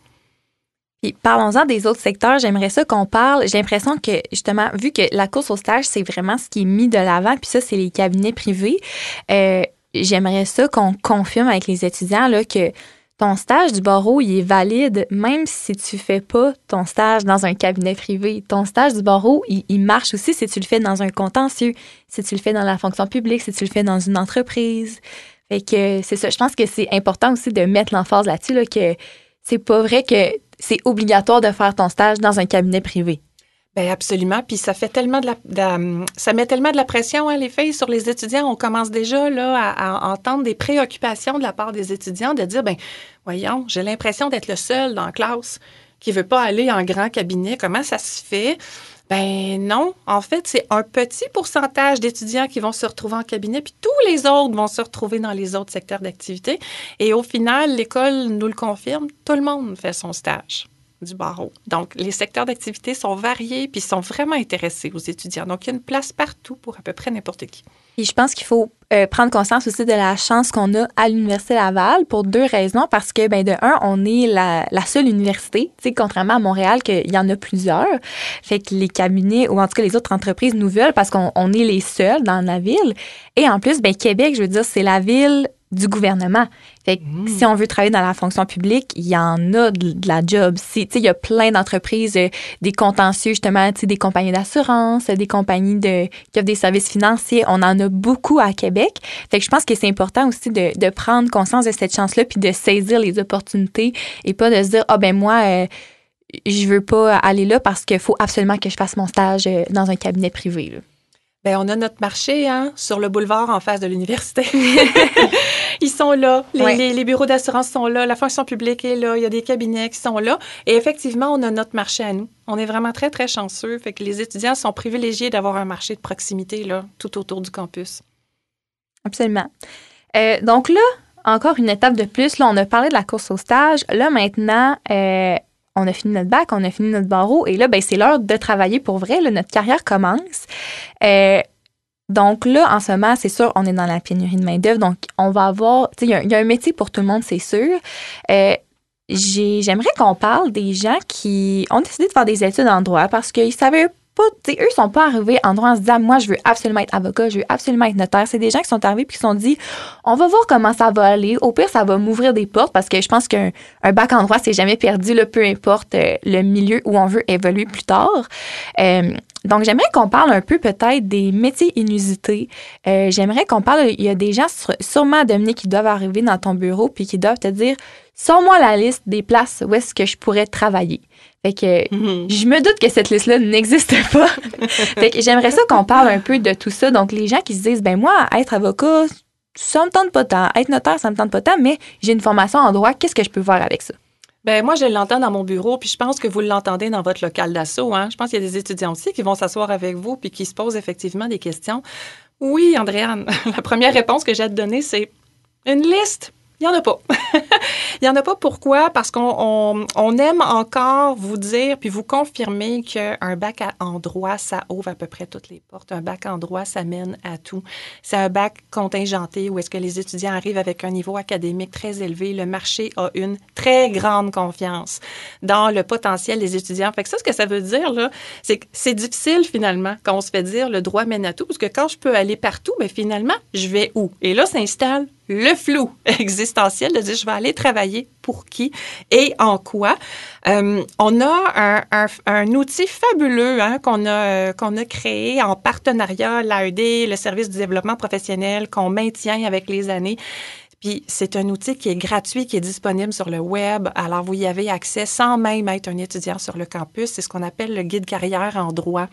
[SPEAKER 1] Puis parlons-en des autres secteurs, j'aimerais ça qu'on parle. J'ai l'impression que, justement, vu que la course au stage, c'est vraiment ce qui est mis de l'avant, puis ça, c'est les cabinets privés, j'aimerais ça qu'on confirme avec les étudiants là, que ton stage du barreau, il est valide même si tu fais pas ton stage dans un cabinet privé. Ton stage du barreau, il marche aussi si tu le fais dans un contentieux, si tu le fais dans la fonction publique, si tu le fais dans une entreprise. Fait que c'est ça. Je pense que c'est important aussi de mettre l'emphase là-dessus, là, que c'est pas vrai que c'est obligatoire de faire ton stage dans un cabinet privé.
[SPEAKER 3] Bien, absolument. Puis ça fait tellement ça met tellement de la pression, hein, les filles, sur les étudiants. On commence déjà là, à entendre des préoccupations de la part des étudiants de dire, bien, voyons, j'ai l'impression d'être le seul dans la classe qui ne veut pas aller en grand cabinet. Comment ça se fait? Ben non, en fait, c'est un petit pourcentage d'étudiants qui vont se retrouver en cabinet, puis tous les autres vont se retrouver dans les autres secteurs d'activité. Et au final, l'école nous le confirme, tout le monde fait son stage du barreau. Donc, les secteurs d'activité sont variés, puis sont vraiment intéressés aux étudiants. Donc, il y a une place partout pour à peu près n'importe qui.
[SPEAKER 1] Et je pense qu'il faut prendre conscience aussi de la chance qu'on a à l'Université Laval pour 2 raisons. Parce que, ben de un, on est la seule université, tu sais, contrairement à Montréal, qu'il y en a plusieurs. Fait que les cabinets, ou en tout cas les autres entreprises nous veulent parce qu'on est les seuls dans la ville. Et en plus, ben Québec, je veux dire, c'est la ville du gouvernement. Fait que si on veut travailler dans la fonction publique, il y en a de la job. Tu sais, il y a plein d'entreprises, des contentieux, justement, tu sais, des compagnies d'assurance, des compagnies qui offrent des services financiers. On en a beaucoup à Québec. Fait que je pense que c'est important aussi de prendre conscience de cette chance-là puis de saisir les opportunités et pas de se dire, ben moi, je veux pas aller là parce qu'il faut absolument que je fasse mon stage dans un cabinet privé, là.
[SPEAKER 3] Bien, on a notre marché, hein, sur le boulevard en face de l'université. Ils sont là. Les bureaux d'assurance sont là. La fonction publique est là. Il y a des cabinets qui sont là. Et effectivement, on a notre marché à nous. On est vraiment très, très chanceux. Fait que les étudiants sont privilégiés d'avoir un marché de proximité là, tout autour du campus.
[SPEAKER 1] Absolument. Donc là, encore une étape de plus. Là, on a parlé de la course au stage. Là, maintenant, on a fini notre bac, on a fini notre barreau. Et là, ben, c'est l'heure de travailler pour vrai. Là, notre carrière commence. Donc là, en ce moment, c'est sûr, on est dans la pénurie de main-d'œuvre. Donc, on va avoir... Tu sais, il y a un métier pour tout le monde, c'est sûr. J'aimerais qu'on parle des gens qui ont décidé de faire des études en droit parce qu'ils savaient pas, tu sais, eux sont pas arrivés en droit en se disant, moi, je veux absolument être avocat, je veux absolument être notaire. C'est des gens qui sont arrivés puis qui se sont dit, on va voir comment ça va aller. Au pire, ça va m'ouvrir des portes parce que je pense qu'un bac en droit, c'est jamais perdu, là, peu importe le milieu où on veut évoluer plus tard. Donc, j'aimerais qu'on parle un peu peut-être des métiers inusités. J'aimerais qu'on parle, il y a des gens, sûrement, Dominique, qui doivent arriver dans ton bureau puis qui doivent te dire, sors-moi la liste des places où est-ce que je pourrais travailler. Fait que je me doute que cette liste-là n'existe pas. Fait que j'aimerais ça qu'on parle un peu de tout ça. Donc, les gens qui se disent, ben moi, être avocat, ça me tente pas tant. Être notaire, ça me tente pas tant, mais j'ai une formation en droit, qu'est-ce que je peux faire avec ça?
[SPEAKER 3] Ben moi, je l'entends dans mon bureau, puis je pense que vous l'entendez dans votre local d'assaut. Hein? Je pense qu'il y a des étudiants aussi qui vont s'asseoir avec vous puis qui se posent effectivement des questions. Oui, Andréane, la première réponse que j'ai à te donner, c'est une liste. Il n'y en a pas. Il n'y en a pas. Pourquoi? Parce qu'on aime encore vous dire puis vous confirmer qu'un bac en droit, ça ouvre à peu près toutes les portes. Un bac en droit, ça mène à tout. C'est un bac contingenté où est-ce que les étudiants arrivent avec un niveau académique très élevé. Le marché a une très grande confiance dans le potentiel des étudiants. Fait que ça, ce que ça veut dire, là, c'est que c'est difficile, finalement, quand on se fait dire le droit mène à tout. Parce que quand je peux aller partout, bien, finalement, je vais où? Et là s'installe le flou existentiel de dire je vais aller travailler pour qui et en quoi. On a un outil fabuleux qu'on a créé en partenariat, l'AED, le service du développement professionnel, qu'on maintient avec les années. Puis c'est un outil qui est gratuit, qui est disponible sur le web. Alors vous y avez accès sans même être un étudiant sur le campus. C'est ce qu'on appelle le guide carrière en droit.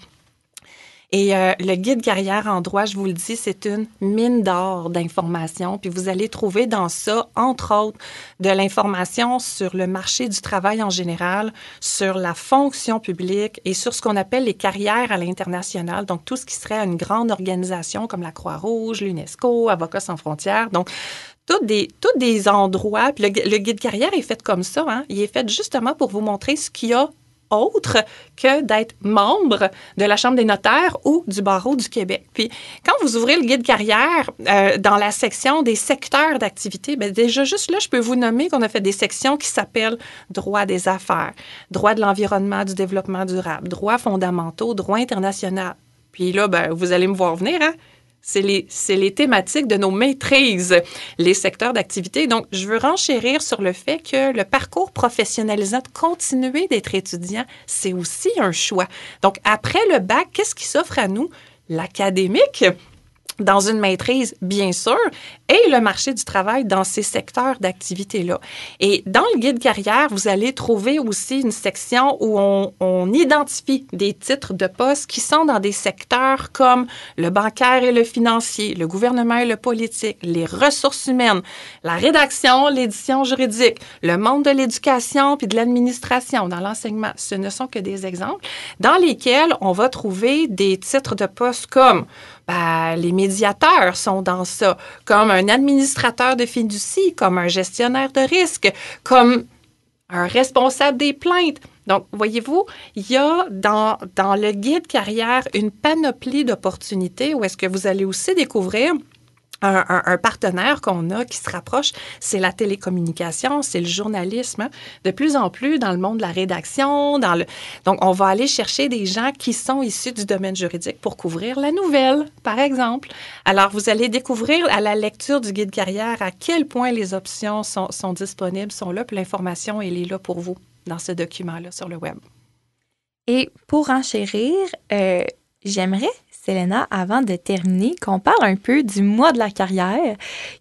[SPEAKER 3] Et le guide carrière en droit, je vous le dis, c'est une mine d'or d'informations. Puis vous allez trouver dans ça, entre autres, de l'information sur le marché du travail en général, sur la fonction publique et sur ce qu'on appelle les carrières à l'international. Donc, tout ce qui serait une grande organisation comme la Croix-Rouge, l'UNESCO, Avocats sans frontières. Donc, tous des endroits. Puis le guide carrière est fait comme ça. Hein? Il est fait justement pour vous montrer ce qu'il y a autre que d'être membre de la Chambre des notaires ou du Barreau du Québec. Puis, quand vous ouvrez le guide carrière dans la section des secteurs d'activité, bien déjà, juste là, je peux vous nommer qu'on a fait des sections qui s'appellent droit des affaires, droit de l'environnement, du développement durable, droits fondamentaux, droit international. Puis là, bien, vous allez me voir venir, hein? C'est les thématiques de nos maîtrises, les secteurs d'activité. Donc, je veux renchérir sur le fait que le parcours professionnalisant, de continuer d'être étudiant, c'est aussi un choix. Donc, après le bac, qu'est-ce qui s'offre à nous? L'académique, dans une maîtrise, bien sûr, et le marché du travail dans ces secteurs d'activité-là. Et dans le guide carrière, vous allez trouver aussi une section où on identifie des titres de poste qui sont dans des secteurs comme le bancaire et le financier, le gouvernement et le politique, les ressources humaines, la rédaction, l'édition juridique, le monde de l'éducation puis de l'administration dans l'enseignement. Ce ne sont que des exemples dans lesquels on va trouver des titres de poste comme les médiateurs sont dans ça, comme un administrateur de fiducie, comme un gestionnaire de risque, comme un responsable des plaintes. Donc, voyez-vous, il y a dans le guide carrière une panoplie d'opportunités où est-ce que vous allez aussi découvrir un partenaire qu'on a qui se rapproche, c'est la télécommunication, c'est le journalisme. Hein? De plus en plus, dans le monde de la rédaction, donc on va aller chercher des gens qui sont issus du domaine juridique pour couvrir la nouvelle, par exemple. Alors, vous allez découvrir à la lecture du guide carrière à quel point les options sont disponibles, sont là, puis l'information, elle est là pour vous dans ce document-là sur le web.
[SPEAKER 1] Et pour enchérir, j'aimerais, Selena, avant de terminer, qu'on parle un peu du mois de la carrière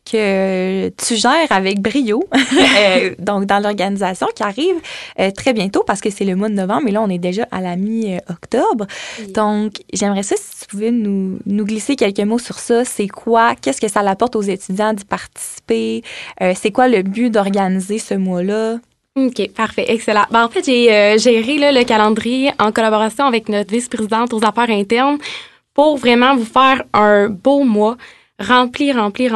[SPEAKER 1] que tu gères avec brio, donc dans l'organisation qui arrive très bientôt parce que c'est le mois de novembre et là, on est déjà à la mi-octobre. Oui. Donc, j'aimerais ça si tu pouvais nous glisser quelques mots sur ça. C'est quoi? Qu'est-ce que ça apporte aux étudiants d'y participer? C'est quoi le but d'organiser ce mois-là?
[SPEAKER 2] OK, parfait, excellent. En fait, j'ai géré là, le calendrier en collaboration avec notre vice-présidente aux affaires internes pour vraiment vous faire un beau mois rempli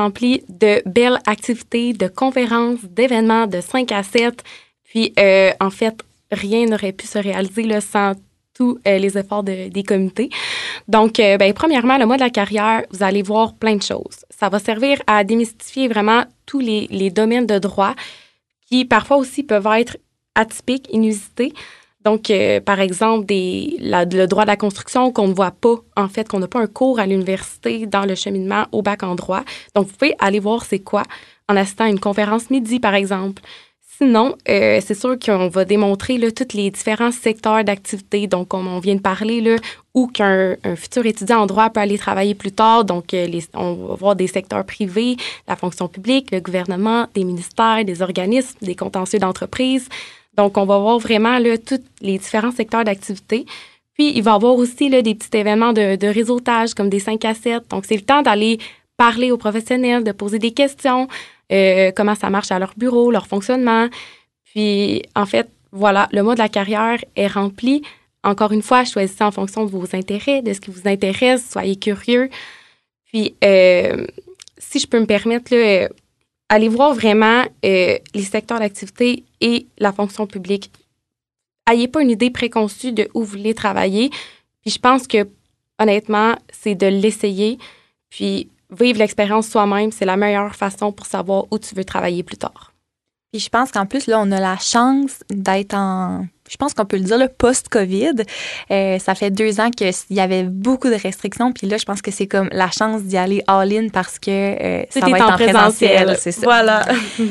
[SPEAKER 2] de belles activités, de conférences, d'événements de 5 à 7. Puis, en fait, rien n'aurait pu se réaliser là, sans tous les efforts des comités. Donc, premièrement, le mois de la carrière, vous allez voir plein de choses. Ça va servir à démystifier vraiment tous les domaines de droit qui, parfois aussi, peuvent être atypiques, inusités. Donc, par exemple, le droit de la construction qu'on ne voit pas, en fait, qu'on n'a pas un cours à l'université dans le cheminement au bac en droit. Donc, vous pouvez aller voir c'est quoi en assistant à une conférence midi, par exemple. Sinon, c'est sûr qu'on va démontrer là, tous les différents secteurs d'activité, donc comme on vient de parler, là, où qu'un futur étudiant en droit peut aller travailler plus tard. Donc, on va voir des secteurs privés, la fonction publique, le gouvernement, des ministères, des organismes, des contentieux d'entreprise. Donc, on va voir vraiment là, tous les différents secteurs d'activité. Puis, il va y avoir aussi là, des petits événements de réseautage comme des 5 à 7. Donc, c'est le temps d'aller parler aux professionnels, de poser des questions, comment ça marche à leur bureau, leur fonctionnement. Puis, en fait, voilà, le mois de la carrière est rempli. Encore une fois, choisissez en fonction de vos intérêts, de ce qui vous intéresse, soyez curieux. Puis, si je peux me permettre, là, allez voir vraiment les secteurs d'activité et la fonction publique. Ayez pas une idée préconçue de où vous voulez travailler. Puis, je pense que, honnêtement, c'est de l'essayer. Puis, vivre l'expérience soi-même, c'est la meilleure façon pour savoir où tu veux travailler plus tard.
[SPEAKER 1] Puis je pense qu'en plus, là, on a la chance d'être je pense qu'on peut le dire, le post-COVID. Ça fait 2 ans qu'il y avait beaucoup de restrictions. Puis là, je pense que c'est comme la chance d'y aller all-in parce que ça va être en présentiel. C'est ça.
[SPEAKER 2] Voilà.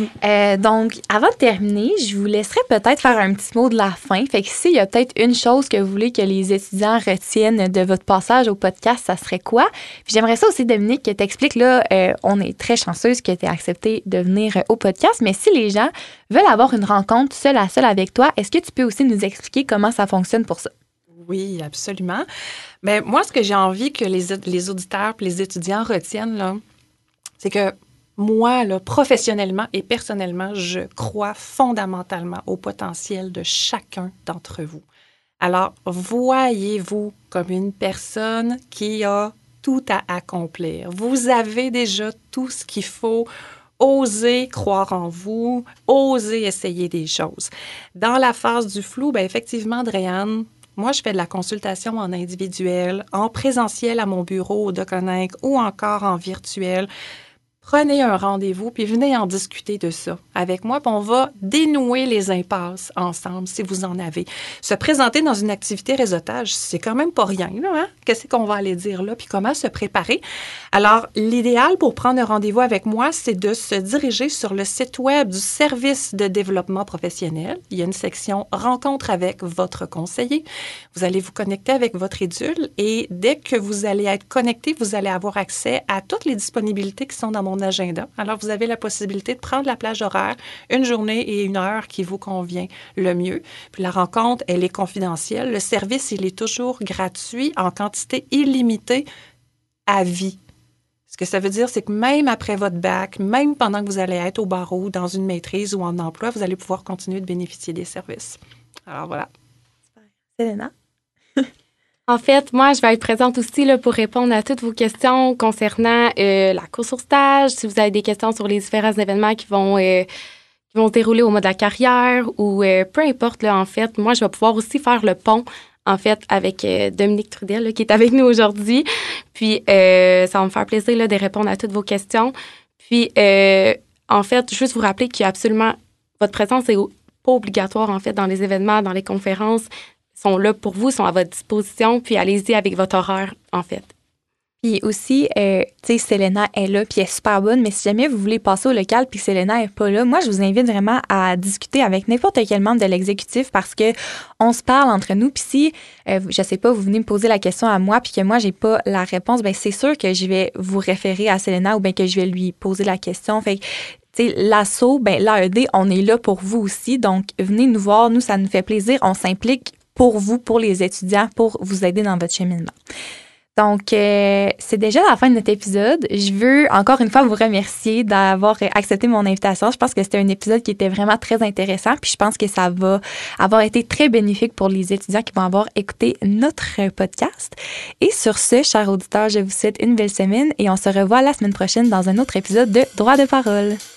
[SPEAKER 1] Donc, avant de terminer, je vous laisserai peut-être faire un petit mot de la fin. Fait que s'il y a peut-être une chose que vous voulez que les étudiants retiennent de votre passage au podcast, ça serait quoi? Puis j'aimerais ça aussi, Dominique, que tu expliques, là, on est très chanceuse que tu aies accepté de venir au podcast. Mais si les gens veulent avoir une rencontre seule à seule avec toi, est-ce que tu peux aussi nous expliquer comment ça fonctionne pour ça?
[SPEAKER 3] Oui, absolument. Mais moi, ce que j'ai envie que les auditeurs et les étudiants retiennent, là, c'est que moi, là, professionnellement et personnellement, je crois fondamentalement au potentiel de chacun d'entre vous. Alors, voyez-vous comme une personne qui a tout à accomplir. Vous avez déjà tout ce qu'il faut. Osez croire en vous, osez essayer des choses. Dans la phase du flou, bien effectivement, Dréane, moi, je fais de la consultation en individuel, en présentiel à mon bureau au Deconninck ou encore en virtuel. Prenez un rendez-vous puis venez en discuter de ça avec moi. Puis on va dénouer les impasses ensemble si vous en avez. Se présenter dans une activité réseautage, c'est quand même pas rien, là, hein? Qu'est-ce qu'on va aller dire là? Puis comment se préparer? Alors, l'idéal pour prendre un rendez-vous avec moi, c'est de se diriger sur le site web du service de développement professionnel. Il y a une section « Rencontre avec votre conseiller ». Vous allez vous connecter avec votre édule et dès que vous allez être connecté, vous allez avoir accès à toutes les disponibilités qui sont dans mon agenda. Alors, vous avez la possibilité de prendre la plage horaire, une journée et une heure qui vous convient le mieux. Puis la rencontre, elle est confidentielle. Le service, il est toujours gratuit en quantité illimitée à vie. Ce que ça veut dire, c'est que même après votre bac, même pendant que vous allez être au barreau, dans une maîtrise ou en emploi, vous allez pouvoir continuer de bénéficier des services. Alors, voilà.
[SPEAKER 1] Selena?
[SPEAKER 2] En fait, moi, je vais être présente aussi là, pour répondre à toutes vos questions concernant la course sur stage, si vous avez des questions sur les différents événements qui vont se dérouler au mois de la carrière ou peu importe, là, en fait. Moi, je vais pouvoir aussi faire le pont, en fait, avec Dominique Trudel, là, qui est avec nous aujourd'hui. Puis, ça va me faire plaisir là, de répondre à toutes vos questions. Puis, en fait, juste vous rappeler qu'il y a absolument... Votre présence n'est pas obligatoire, en fait, dans les événements, dans les conférences. Sont là pour vous, sont à votre disposition, puis allez-y avec votre horaire, en fait.
[SPEAKER 1] Puis aussi, tu sais, Selena est là, puis elle est super bonne, mais si jamais vous voulez passer au local puis Selena n'est pas là, moi, je vous invite vraiment à discuter avec n'importe quel membre de l'exécutif parce que on se parle entre nous. Puis si, je sais pas, vous venez me poser la question à moi puis que moi, j'ai pas la réponse, bien, c'est sûr que je vais vous référer à Selena ou bien que je vais lui poser la question. Fait que, tu sais, l'ASSO, ben l'AED, on est là pour vous aussi. Donc, venez nous voir. Nous, ça nous fait plaisir. On s'implique pour vous, pour les étudiants, pour vous aider dans votre cheminement. Donc, c'est déjà la fin de notre épisode. Je veux encore une fois vous remercier d'avoir accepté mon invitation. Je pense que c'était un épisode qui était vraiment très intéressant, puis je pense que ça va avoir été très bénéfique pour les étudiants qui vont avoir écouté notre podcast. Et sur ce, chers auditeurs, je vous souhaite une belle semaine et on se revoit la semaine prochaine dans un autre épisode de Droit de parole.